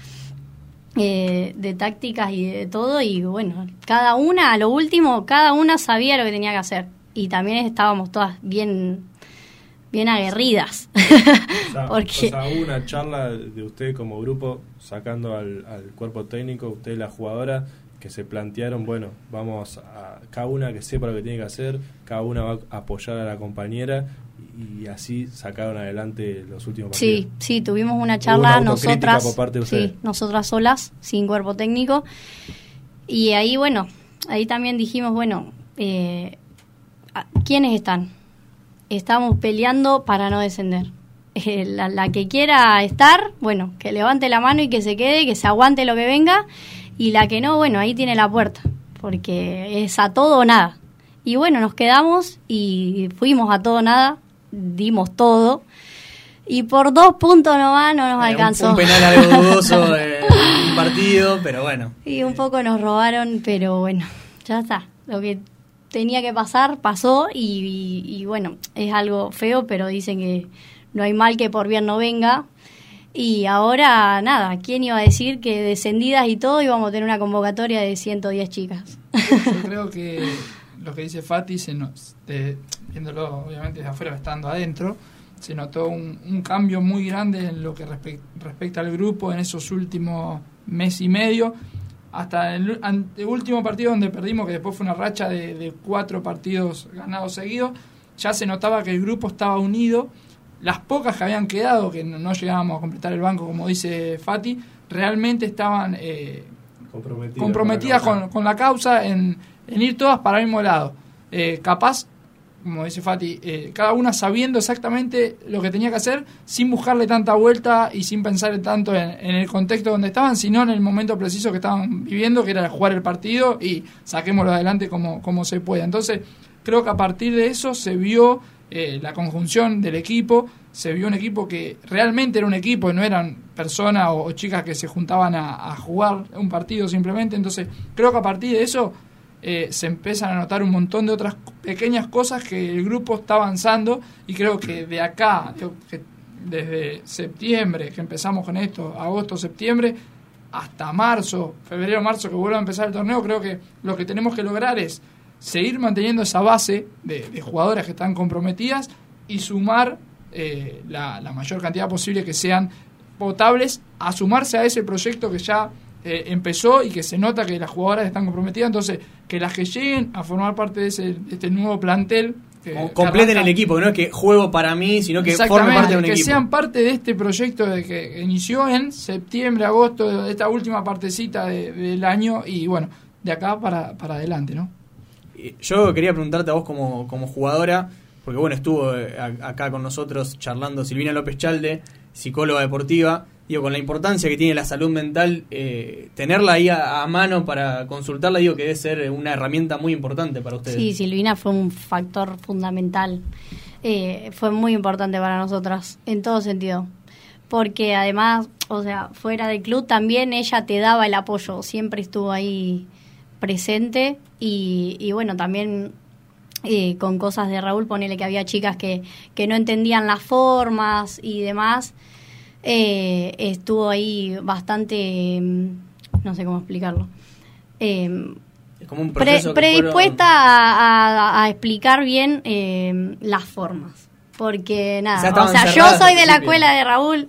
eh, de tácticas y de todo, y bueno, cada una, a lo último, cada una sabía lo que tenía que hacer. Y también estábamos todas bien, bien aguerridas. O sea, Porque- o sea, hubo una charla de ustedes como grupo, sacando al, al cuerpo técnico, ustedes la jugadora, que se plantearon, bueno, vamos a cada una que sepa lo que tiene que hacer, cada una va a apoyar a la compañera, y, y así sacaron adelante los últimos partidos. Sí, sí, tuvimos una Hubo charla una autocrítica nosotras, por parte de ustedes. sí, nosotras solas, sin cuerpo técnico. Y ahí, bueno, ahí también dijimos, bueno, eh, ¿a- ¿quiénes están? Estamos peleando para no descender. Eh, la, la que quiera estar, bueno, que levante la mano y que se quede, que se aguante lo que venga. Y la que no, bueno, ahí tiene la puerta, porque es a todo o nada. Y bueno, nos quedamos y fuimos a todo o nada, dimos todo. Y por dos puntos nomás no nos Eh, alcanzó. Un, un penal algo dudoso de un partido, pero bueno. Y un poco nos robaron, pero bueno, ya está. Lo que tenía que pasar, pasó y, y, y bueno, es algo feo, pero dicen que no hay mal que por bien no venga. Y ahora, nada, ¿quién iba a decir que descendidas y todo íbamos a tener una convocatoria de ciento diez chicas? Yo creo que lo que dice Fati, se nos, de- viéndolo obviamente desde afuera, estando adentro, se notó un, un cambio muy grande en lo que respe- respecta al grupo en esos últimos mes y medio, hasta el, ante- el último partido donde perdimos, que después fue una racha de, de cuatro partidos ganados seguidos, ya se notaba que el grupo estaba unido. Las pocas que habían quedado, que no, no llegábamos a completar el banco, como dice Fati, realmente estaban eh, comprometidas con, con la causa en, en ir todas para el mismo lado. Eh, capaz como dice Fati, eh, cada una sabiendo exactamente lo que tenía que hacer, sin buscarle tanta vuelta y sin pensar tanto en, en el contexto donde estaban, sino en el momento preciso que estaban viviendo, que era jugar el partido y saquémoslo adelante como, como se pueda. Entonces, creo que a partir de eso se vio eh, la conjunción del equipo, se vio un equipo que realmente era un equipo y no eran personas o, o chicas que se juntaban a, a jugar un partido simplemente. Entonces, creo que a partir de eso Eh, se empiezan a notar un montón de otras pequeñas cosas que el grupo está avanzando, y creo que de acá, de, que desde septiembre que empezamos con esto, agosto, septiembre, hasta marzo, febrero, marzo, que vuelva a empezar el torneo, creo que lo que tenemos que lograr es seguir manteniendo esa base de, de jugadoras que están comprometidas y sumar eh, la, la mayor cantidad posible que sean potables, a sumarse a ese proyecto que ya Eh, empezó y que se nota que las jugadoras están comprometidas. Entonces, que las que lleguen a formar parte de, ese, de este nuevo plantel que, completen que el equipo, que no es que juego para mí, sino que formen parte de un que equipo, que sean parte de este proyecto de que inició en septiembre, agosto, de esta última partecita de, del año, y bueno, de acá para, para adelante, ¿no? Yo quería preguntarte a vos como, como jugadora, porque bueno, estuvo acá con nosotros charlando Silvina López Chalde, psicóloga deportiva. Digo, con la importancia que tiene la salud mental, eh, tenerla ahí a, a mano para consultarla, digo que debe ser una herramienta muy importante para ustedes. Sí, Silvina fue un factor fundamental. Eh, fue muy importante para nosotras, en todo sentido. Porque además, o sea, fuera del club también ella te daba el apoyo, siempre estuvo ahí presente. Y, y bueno, también eh, con cosas de Raúl, ponele que había chicas que, que no entendían las formas y demás. Eh, estuvo ahí bastante, no sé cómo explicarlo, eh, es como un pre, predispuesta fueron... a, a, a explicar bien eh, las formas, porque nada, o sea, o sea yo soy de la escuela de Raúl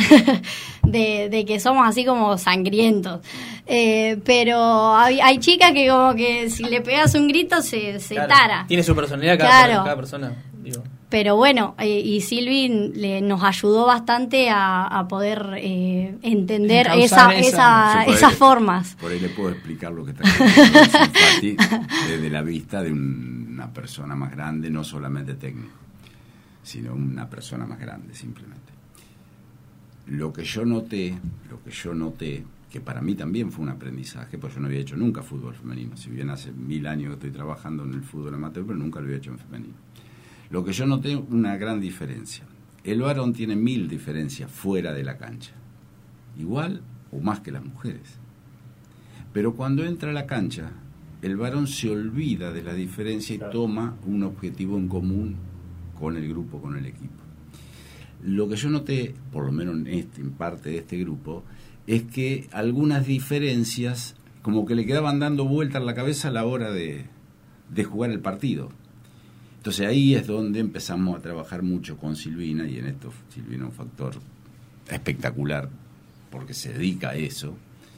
de, de que somos así como sangrientos, eh, pero hay, hay chicas que como que si le pegas un grito se, se claro, tara, tiene su personalidad cada, claro. cada persona, digo. Pero bueno, eh, y Silvi le, nos ayudó bastante a, a poder eh, entender esa, esa, esa, sí, esas ahí, formas. Por ahí le puedo explicar lo que está diciendo Fati desde la vista de una persona más grande, no solamente técnico, sino una persona más grande simplemente. Lo que yo noté, lo que yo noté, que para mí también fue un aprendizaje, porque yo no había hecho nunca fútbol femenino, si bien hace mil años que estoy trabajando en el fútbol amateur, pero nunca lo había hecho en femenino. Lo que yo noté, una gran diferencia. El varón tiene mil diferencias fuera de la cancha, igual o más que las mujeres. Pero cuando entra a la cancha, el varón se olvida de la diferencia y toma un objetivo en común con el grupo, con el equipo. Lo que yo noté, por lo menos en, este, en parte de este grupo, es que algunas diferencias como que le quedaban dando vuelta en la cabeza a la hora de, de jugar el partido. Entonces ahí es donde empezamos a trabajar mucho con Silvina, y en esto Silvina es un factor espectacular porque se dedica a eso,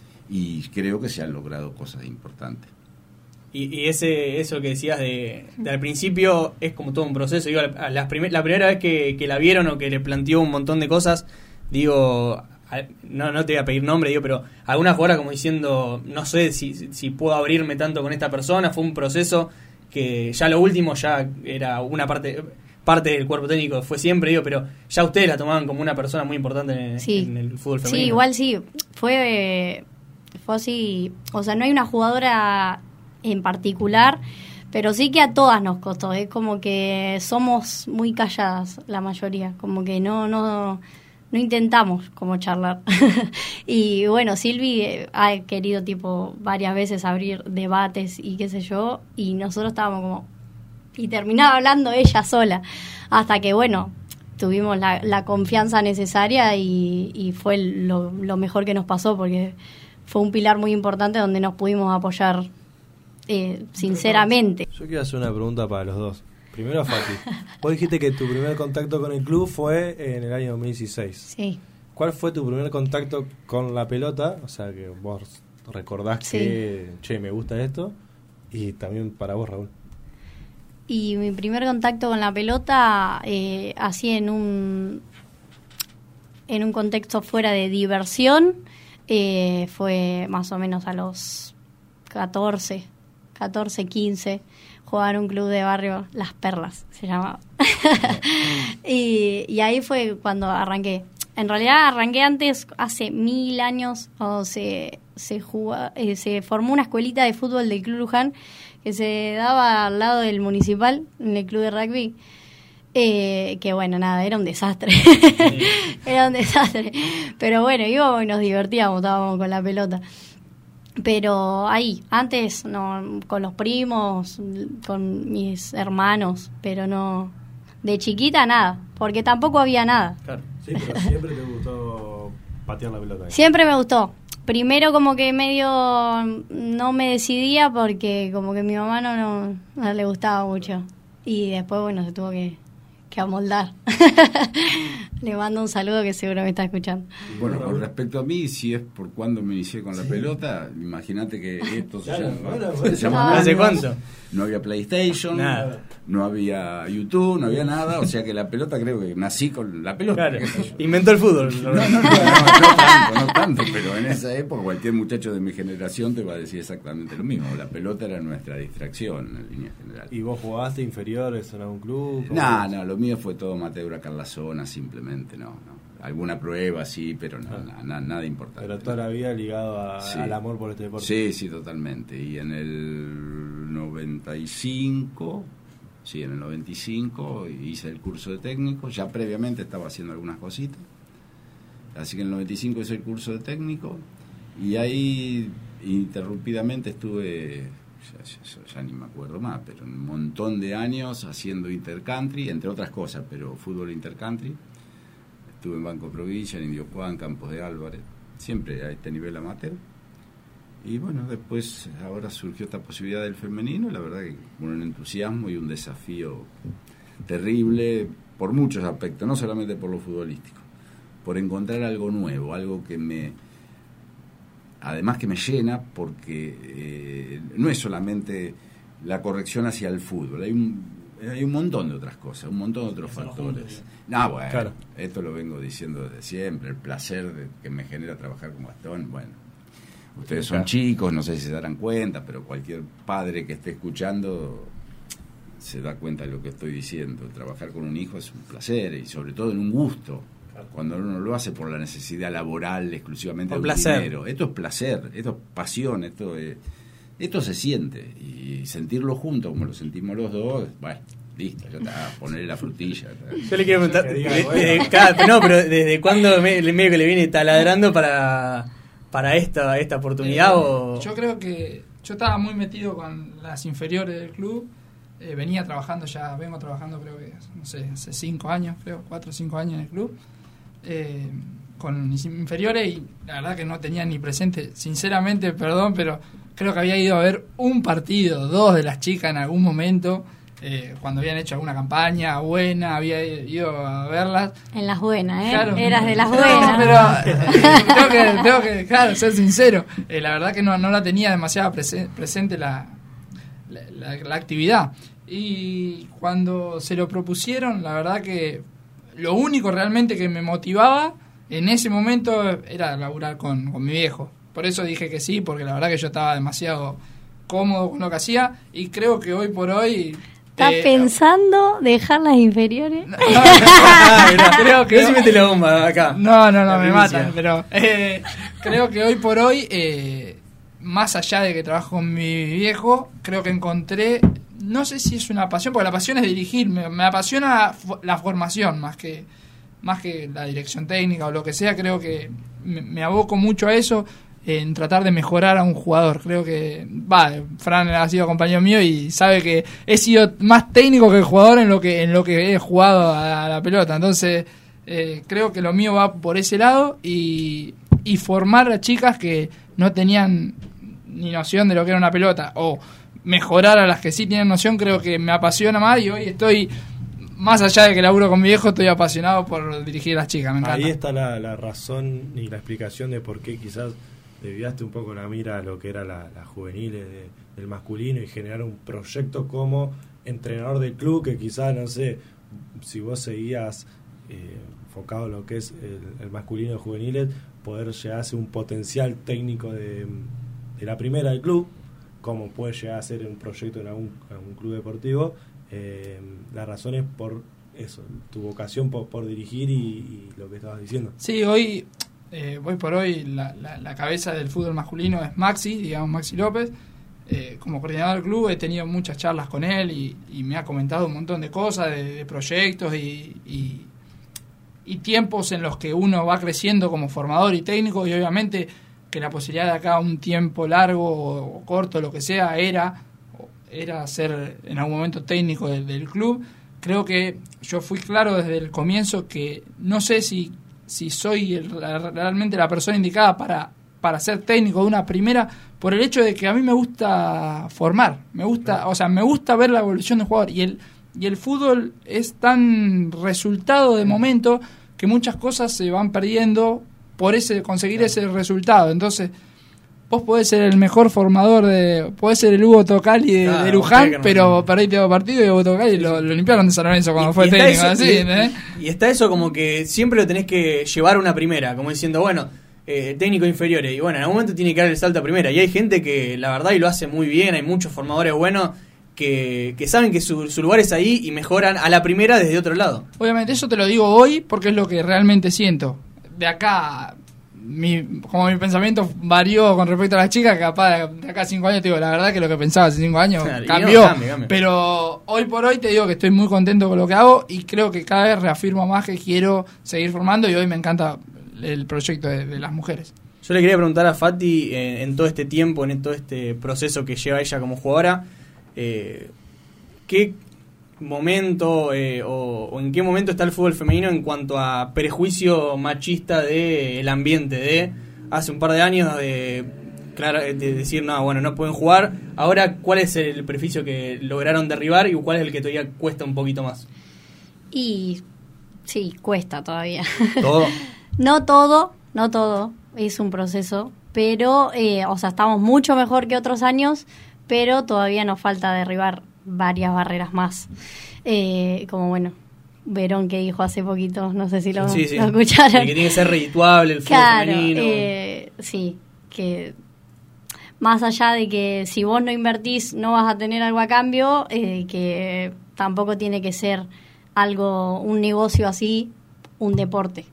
y creo que se han logrado cosas importantes. Y, y ese eso que decías de, de al principio es como todo un proceso. Digo, a la, primer, la primera vez que, que la vieron o que le planteó un montón de cosas, digo, no, no te voy a pedir nombre, digo, pero algunas jugadoras como diciendo, no sé si, si puedo abrirme tanto con esta persona. Fue un proceso que ya lo último ya era una parte parte del cuerpo técnico, fue siempre, digo, pero ya ustedes la tomaban como una persona muy importante en, sí. en el fútbol femenino. Sí, igual sí, fue, fue así, o sea, no hay una jugadora en particular, pero sí que a todas nos costó, es como que somos muy calladas la mayoría, como que no no no intentamos como charlar. Y bueno, Silvi ha querido tipo varias veces abrir debates y qué sé yo, y nosotros estábamos como, y terminaba hablando ella sola, hasta que bueno, tuvimos la, la confianza necesaria y, y fue lo, lo mejor que nos pasó, porque fue un pilar muy importante donde nos pudimos apoyar eh, sinceramente. Yo quiero hacer una pregunta para los dos. Primero a Fati. Vos dijiste que tu primer contacto con el club fue en el año dos mil dieciséis. Sí. ¿Cuál fue tu primer contacto con la pelota? O sea, que vos recordás sí. que, che, me gusta esto. Y también para vos, Raúl. Y mi primer contacto con la pelota, eh, así en un en un contexto fuera de diversión, eh, fue más o menos a los catorce catorce, quince, jugaba en un club de barrio, Las Perlas se llamaba. y, y ahí fue cuando arranqué. En realidad arranqué antes, hace mil años, o se, se, jugó, eh, se formó una escuelita de fútbol del Club Luján que se daba al lado del municipal, en el club de rugby. Eh, que bueno, nada, era un desastre. Sí. Era un desastre. Pero bueno, íbamos y nos divertíamos, estábamos con la pelota. Pero ahí, antes, no, con los primos, con mis hermanos, pero no, de chiquita nada, porque tampoco había nada. Claro. Sí, pero siempre te gustó patear la pelota. Siempre me gustó. Primero como que medio no me decidía porque como que mi mamá no, no, no le gustaba mucho. Y después, bueno, se tuvo que, que amoldar. Le mando un saludo que seguro me está escuchando. Bueno, con respecto a mí, si es por cuando me inicié con la sí. pelota, imagínate que esto se claro, llama, bueno, se llama no, ¿hace cuánto? No había PlayStation, nada. No había YouTube, no había nada, o sea que la pelota, creo que nací con la pelota. Claro. Inventó el fútbol. No, no, no, no, no tanto, no tanto, pero en esa época cualquier muchacho de mi generación te va a decir exactamente lo mismo. La pelota era nuestra distracción en línea general. ¿Y vos jugaste inferiores en algún club? No, no, lo mío fue todo amateur acá en la zona, simplemente, no, no. Alguna prueba, sí, pero no, ah. nada, nada importante. Pero toda la vida ligado a, sí. al amor por este deporte. Sí, sí, totalmente. Y en el noventa y cinco, sí, en el noventa y cinco hice el curso de técnico. Ya previamente estaba haciendo algunas cositas. Así que en el noventa y cinco hice el curso de técnico. Y ahí, interrumpidamente, estuve, ya, ya, ya ni me acuerdo más, pero un montón de años haciendo intercountry, entre otras cosas, pero fútbol intercountry. Estuve en Banco Provincia, en Indio Juan, Campos de Álvarez, siempre a este nivel amateur. Y bueno, después ahora surgió esta posibilidad del femenino, la verdad que con un entusiasmo y un desafío terrible por muchos aspectos, no solamente por lo futbolístico, por encontrar algo nuevo, algo que me, además que me llena, porque eh, no es solamente la corrección hacia el fútbol, hay un hay un montón de otras cosas, un montón de otros factores. No, bueno, claro. Esto lo vengo diciendo desde siempre, el placer de, que me genera trabajar con Gastón, bueno, ustedes son chicos, no sé si se darán cuenta, pero cualquier padre que esté escuchando se da cuenta de lo que estoy diciendo. Trabajar con un hijo es un placer y sobre todo en un gusto, cuando uno lo hace por la necesidad laboral exclusivamente del dinero. Esto es placer, esto es pasión, esto es... Esto se siente, y sentirlo juntos, como lo sentimos los dos, bueno, listo, ya está, ponerle la frutilla. Yo le quiero preguntar, de, de, cada, no, pero ¿desde cuándo me, el medio que le viene taladrando para, para esta, esta oportunidad? Eh, o... Yo creo que yo estaba muy metido con las inferiores del club, eh, venía trabajando ya, vengo trabajando creo que, no sé, hace cinco años, creo, cuatro o cinco años en el club, eh, con mis inferiores, y la verdad que no tenía ni presente, sinceramente, perdón, pero... Creo que había ido a ver un partido, dos de las chicas en algún momento, eh, cuando habían hecho alguna campaña buena, había ido a verlas. En las buenas, ¿eh? Claro. Eras de las no, buenas. pero eh, tengo, que, tengo que, claro, ser sincero. Eh, la verdad que no, no la tenía demasiado prese- presente la, la, la, la actividad. Y cuando se lo propusieron, la verdad que lo único realmente que me motivaba en ese momento era laburar con, con mi viejo. Por eso dije que sí, porque la verdad que yo estaba demasiado cómodo con lo que hacía y creo que hoy por hoy... ¿Estás eh, pensando dejar las inferiores? No, no, no, creo que... No se mete la bomba acá. No, no, no, me matan, pero eh, creo que hoy por hoy, eh, más allá de que trabajo con mi viejo, creo que encontré, no sé si es una pasión, porque la pasión es dirigir, me, me apasiona la formación más que, más que la dirección técnica o lo que sea, creo que me, me aboco mucho a eso, en tratar de mejorar a un jugador. Creo que, va, Fran ha sido compañero mío y sabe que he sido más técnico que el jugador en lo que en lo que he jugado a la pelota. Entonces, eh, creo que lo mío va por ese lado y, y formar a chicas que no tenían ni noción de lo que era una pelota o mejorar a las que sí tienen noción, creo que me apasiona más y hoy estoy, más allá de que laburo con mi viejo, estoy apasionado por dirigir a las chicas. Me encanta. Ahí está la, la razón y la explicación de por qué quizás desviaste un poco la mira a lo que era la, la juveniles de, del masculino y generar un proyecto como entrenador del club que quizás, no sé, si vos seguías eh, enfocado en lo que es el, el masculino de juveniles, poder llegar a ser un potencial técnico de, de la primera del club cómo puede llegar a ser un proyecto en algún, algún club deportivo. Eh, la razón es por eso, tu vocación por, por dirigir y, y lo que estabas diciendo. Sí, hoy, eh, hoy por hoy, la, la, la cabeza del fútbol masculino es Maxi, digamos Maxi López. Eh, como coordinador del club he tenido muchas charlas con él y, y me ha comentado un montón de cosas, de, de proyectos y, y, y tiempos en los que uno va creciendo como formador y técnico, y obviamente que la posibilidad de acá un tiempo largo o, o corto, lo que sea, era, era ser en algún momento técnico del, del club. Creo que yo fui claro desde el comienzo que no sé si, si soy el, realmente la persona indicada para, para ser técnico de una primera, por el hecho de que a mí me gusta formar, me gusta, o sea, me gusta ver la evolución del jugador, y el, y el fútbol es tan resultado de momento que muchas cosas se van perdiendo por ese conseguir ese resultado. Entonces, vos podés ser el mejor formador, de podés ser el Hugo Tocali de, claro, de Luján, no pero perdiste dos partidos y Hugo Tocali lo, lo limpiaron de San Lorenzo cuando y, fue y técnico. eso, así, y, ¿eh? y está eso como que siempre lo tenés que llevar a una primera, como diciendo, bueno, eh, técnico inferiores, y bueno, en algún momento tiene que dar el salto a primera, y hay gente que la verdad y lo hace muy bien, hay muchos formadores buenos que, que saben que su, su lugar es ahí y mejoran a la primera desde otro lado. Obviamente eso te lo digo hoy porque es lo que realmente siento. De acá, mi, como mi pensamiento varió con respecto a las chicas, capaz de acá a cinco años te digo, la verdad que lo que pensaba hace cinco años Claro, cambió, no, cambia, cambia. Pero hoy por hoy te digo que estoy muy contento con lo que hago y creo que cada vez reafirmo más que quiero seguir formando, y hoy me encanta el proyecto de, de las mujeres. Yo le quería preguntar a Fati, en, en todo este tiempo, en todo este proceso que lleva ella como jugadora, eh, ¿qué momento eh, o, o en qué momento está el fútbol femenino en cuanto a prejuicio machista del ambiente de hace un par de años de, claro, de decir, no, bueno, no pueden jugar? Ahora, ¿cuál es el prejuicio que lograron derribar y cuál es el que todavía cuesta un poquito más? Y sí, cuesta todavía. ¿Todo? No todo, no todo, es un proceso, pero, eh, o sea, estamos mucho mejor que otros años, pero todavía nos falta derribar varias barreras más. Eh, como, bueno, Verón que dijo hace poquito, no sé si lo, sí, sí. lo escucharon. El que tiene que ser redituable, el fútbol claro, femenino. Eh, sí, que más allá de que si vos no invertís no vas a tener algo a cambio, eh, que tampoco tiene que ser algo, un negocio así, un deporte.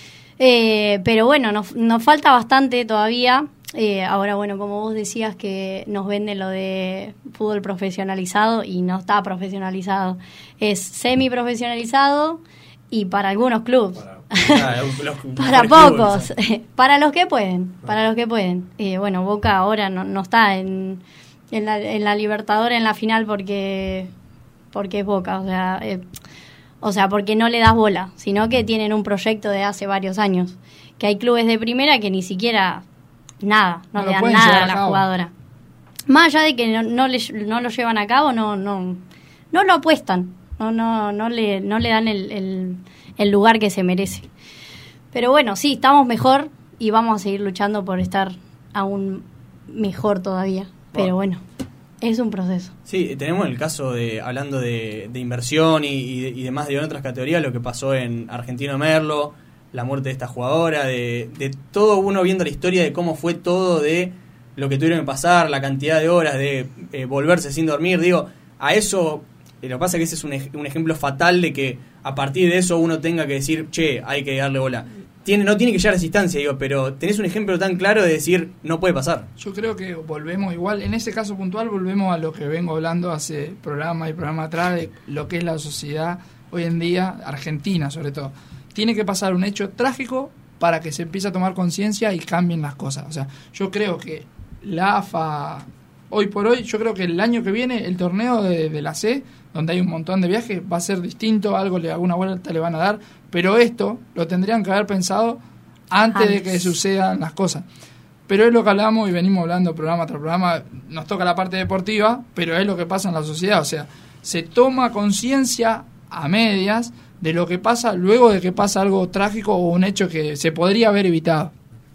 Eh, pero bueno, nos, nos falta bastante todavía. Eh, ahora, bueno, como vos decías que nos venden lo de fútbol profesionalizado, y no está profesionalizado. Es semi-profesionalizado y para algunos clubes. Para, ah, los, para los pocos. clubes, para los que pueden. Para los que pueden. Eh, bueno, Boca ahora no, no está en, en, la, en la Libertadores en la final porque, porque es Boca. O sea... Eh, O sea, porque no le das bola, sino que tienen un proyecto de hace varios años. Que hay clubes de primera que ni siquiera nada, no, No le lo dan pueden nada llevar a a la cabo. jugadora. Más allá de que no, no, le, no lo llevan a cabo, no no no lo apuestan, no no no le no le dan el, el, el lugar que se merece. Pero bueno, sí, estamos mejor y vamos a seguir luchando por estar aún mejor todavía. Pero bueno, es un proceso. Sí, tenemos el caso de, hablando de, de inversión y, y, de, y demás de otras categorías, lo que pasó en Argentino Merlo, la muerte de esta jugadora, de, de todo uno viendo la historia de cómo fue todo, de lo que tuvieron que pasar, la cantidad de horas de eh, volverse sin dormir. Digo, a eso, eh, lo que pasa es que ese es un, ej- un ejemplo fatal de que a partir de eso uno tenga que decir, che, hay que darle bola. Tiene, no tiene que llegar a esa instancia, digo, pero tenés un ejemplo tan claro de decir, no puede pasar. Yo creo que volvemos igual, en ese caso puntual volvemos a lo que vengo hablando hace programa y programa atrás, de lo que es la sociedad hoy en día, argentina sobre todo. Tiene que pasar un hecho trágico para que se empiece a tomar conciencia y cambien las cosas. O sea, yo creo que la A F A, hoy por hoy, yo creo que el año que viene el torneo de, de la C, donde hay un montón de viajes, va a ser distinto, algo, le, alguna vuelta le van a dar, pero esto lo tendrían que haber pensado antes, antes de que sucedan las cosas. Pero es lo que hablamos y venimos hablando programa tras programa, nos toca la parte deportiva, pero es lo que pasa en la sociedad. O sea, se toma conciencia a medias de lo que pasa luego de que pasa algo trágico o un hecho que se podría haber evitado.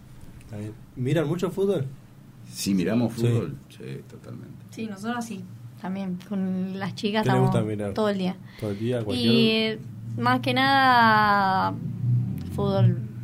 ¿Miran mucho fútbol? Sí, miramos fútbol, sí, sí, totalmente. Sí, nosotros sí, también. Con las chicas ¿Qué le estamos gusta mirar? todo el día. Todo el día, cualquier... Y más que nada, fútbol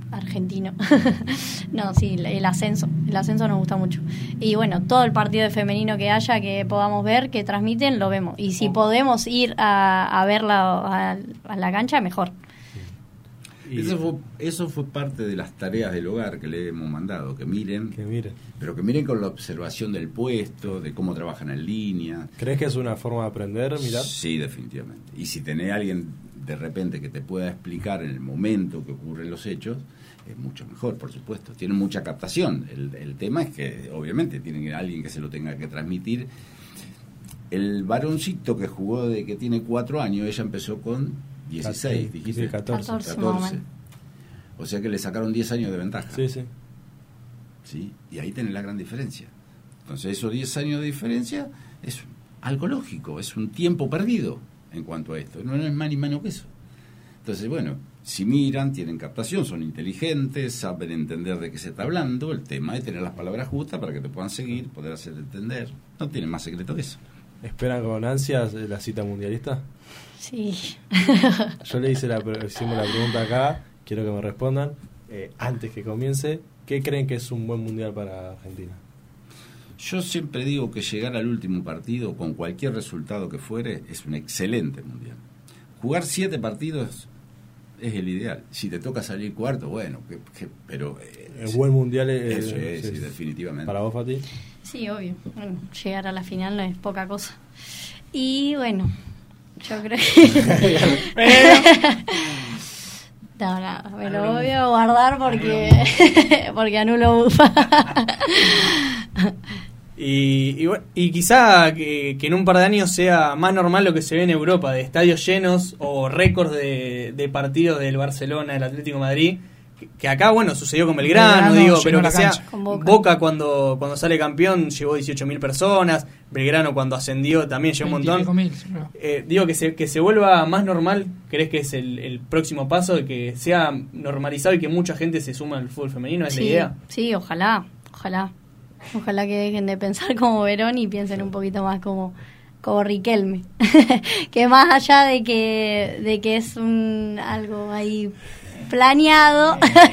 argentino. No, sí, el ascenso. El ascenso nos gusta mucho. Y bueno, todo el partido de femenino que haya, que podamos ver, que transmiten, lo vemos. Y si podemos ir a, a verla a, a la cancha, mejor. Y eso fue, eso fue parte de las tareas del hogar que le hemos mandado, que miren, Que miren. pero que miren con la observación del puesto, de cómo trabajan en línea. ¿Crees que es una forma de aprender, mirar? Sí, definitivamente. Y si tenés a alguien de repente que te pueda explicar en el momento que ocurren los hechos, es mucho mejor, por supuesto. Tienen mucha captación. El, el tema es que, obviamente, tienen a alguien que se lo tenga que transmitir. El varoncito que jugó de que tiene cuatro años, ella empezó con dieciséis, dijiste. Sí, catorce. catorce. catorce. O sea que le sacaron diez años de ventaja. Sí, sí. ¿Sí? Y ahí tenés la gran diferencia. Entonces, esos diez años de diferencia es algo lógico, es un tiempo perdido en cuanto a esto. No, no es más ni menos que eso. Entonces, bueno, si miran, tienen captación, son inteligentes, saben entender de qué se está hablando. El tema es tener las palabras justas para que te puedan seguir, poder hacer entender. No tienen más secreto que eso. ¿Esperan con ansias la cita mundialista? Sí. Yo le hice la, hicimos la pregunta acá, quiero que me respondan, eh, antes que comience, ¿qué creen que es un buen mundial para Argentina? Yo siempre digo que llegar al último partido, con cualquier resultado que fuere, es un excelente mundial. Jugar siete partidos es el ideal. Si te toca salir cuarto, bueno, que, que, pero... Eh, El buen mundial es... eso es, es- sí, definitivamente. ¿Para vos, Fati? Sí, obvio. Bueno, llegar a la final no es poca cosa. Y bueno, yo creo que... No, no, me lo voy a guardar porque, porque anulo bufa. Y, y, bueno, y quizá que, que en un par de años sea más normal lo que se ve en Europa, de estadios llenos o récords de, de partidos del Barcelona, del Atlético de Madrid, que, que acá, bueno, sucedió con Belgrano, Belgrano digo, llenó pero la que sea cancha. Con Boca. Boca, cuando, cuando sale campeón llevó dieciocho mil personas, Belgrano cuando ascendió también llevó un montón. veinticinco mil, creo. Eh, digo, que se, que se vuelva más normal, ¿crees que es el, el próximo paso? De que sea normalizado y que mucha gente se suma al fútbol femenino, ¿es Sí, la idea? sí, ojalá, ojalá. Ojalá que dejen de pensar como Verón y piensen un poquito más como, como Riquelme. Que más allá de que, de que es un algo ahí planeado,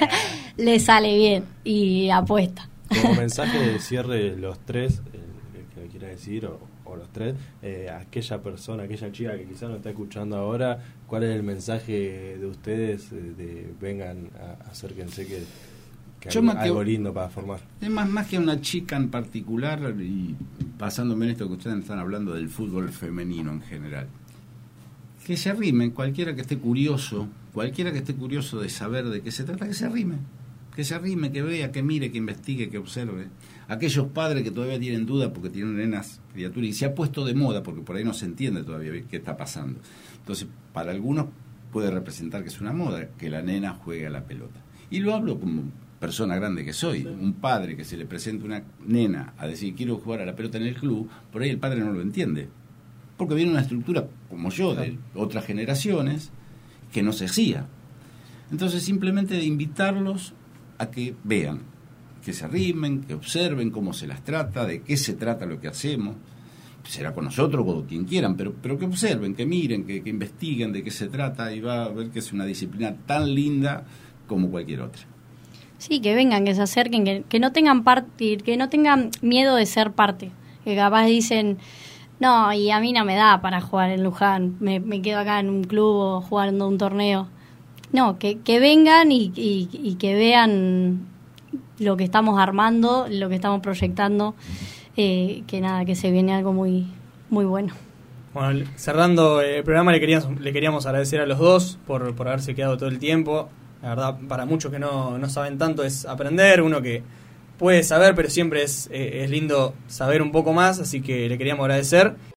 le sale bien y apuesta. Como mensaje de cierre, los tres, el, el que lo quiera decir, o, o los tres, eh, aquella persona, aquella chica que quizás no está escuchando ahora, ¿cuál es el mensaje de ustedes? Eh, de vengan, a, acérquense, que, que Yo algo, más que- algo lindo para formar. Es más, más que una chica en particular, y pasándome en esto que ustedes están hablando del fútbol femenino en general, que se arrimen, cualquiera que esté curioso, cualquiera que esté curioso de saber de qué se trata, que se arrime, que se arrime, que vea, que mire, que investigue, que observe. Aquellos padres que todavía tienen dudas porque tienen nenas, criaturas, y se ha puesto de moda porque por ahí no se entiende todavía qué está pasando. Entonces, para algunos puede representar que es una moda, que la nena juegue a la pelota. Y lo hablo como persona grande que soy, un padre que se le presenta una nena a decir quiero jugar a la pelota en el club, por ahí el padre no lo entiende, porque viene una estructura como yo, de otras generaciones, que no se hacía. Entonces simplemente de invitarlos a que vean, que se arrimen, que observen cómo se las trata, de qué se trata lo que hacemos, será con nosotros o con quien quieran, pero, pero que observen, que miren, que, que investiguen de qué se trata, y va a ver que es una disciplina tan linda como cualquier otra. Sí, que vengan, que se acerquen, que, que no tengan parte, que no tengan miedo de ser parte, que capaz dicen, no, y a mí no me da para jugar en Luján, me, me quedo acá en un club o jugando un torneo. No, que, que vengan y, y, y que vean lo que estamos armando, lo que estamos proyectando, eh, que nada, que se viene algo muy, muy bueno. Bueno, cerrando el programa, le queríamos, le queríamos agradecer a los dos por, por haberse quedado todo el tiempo. La verdad, para muchos que no, no saben tanto es aprender, uno que puede saber, pero siempre es, eh, es lindo saber un poco más, así que le queríamos agradecer.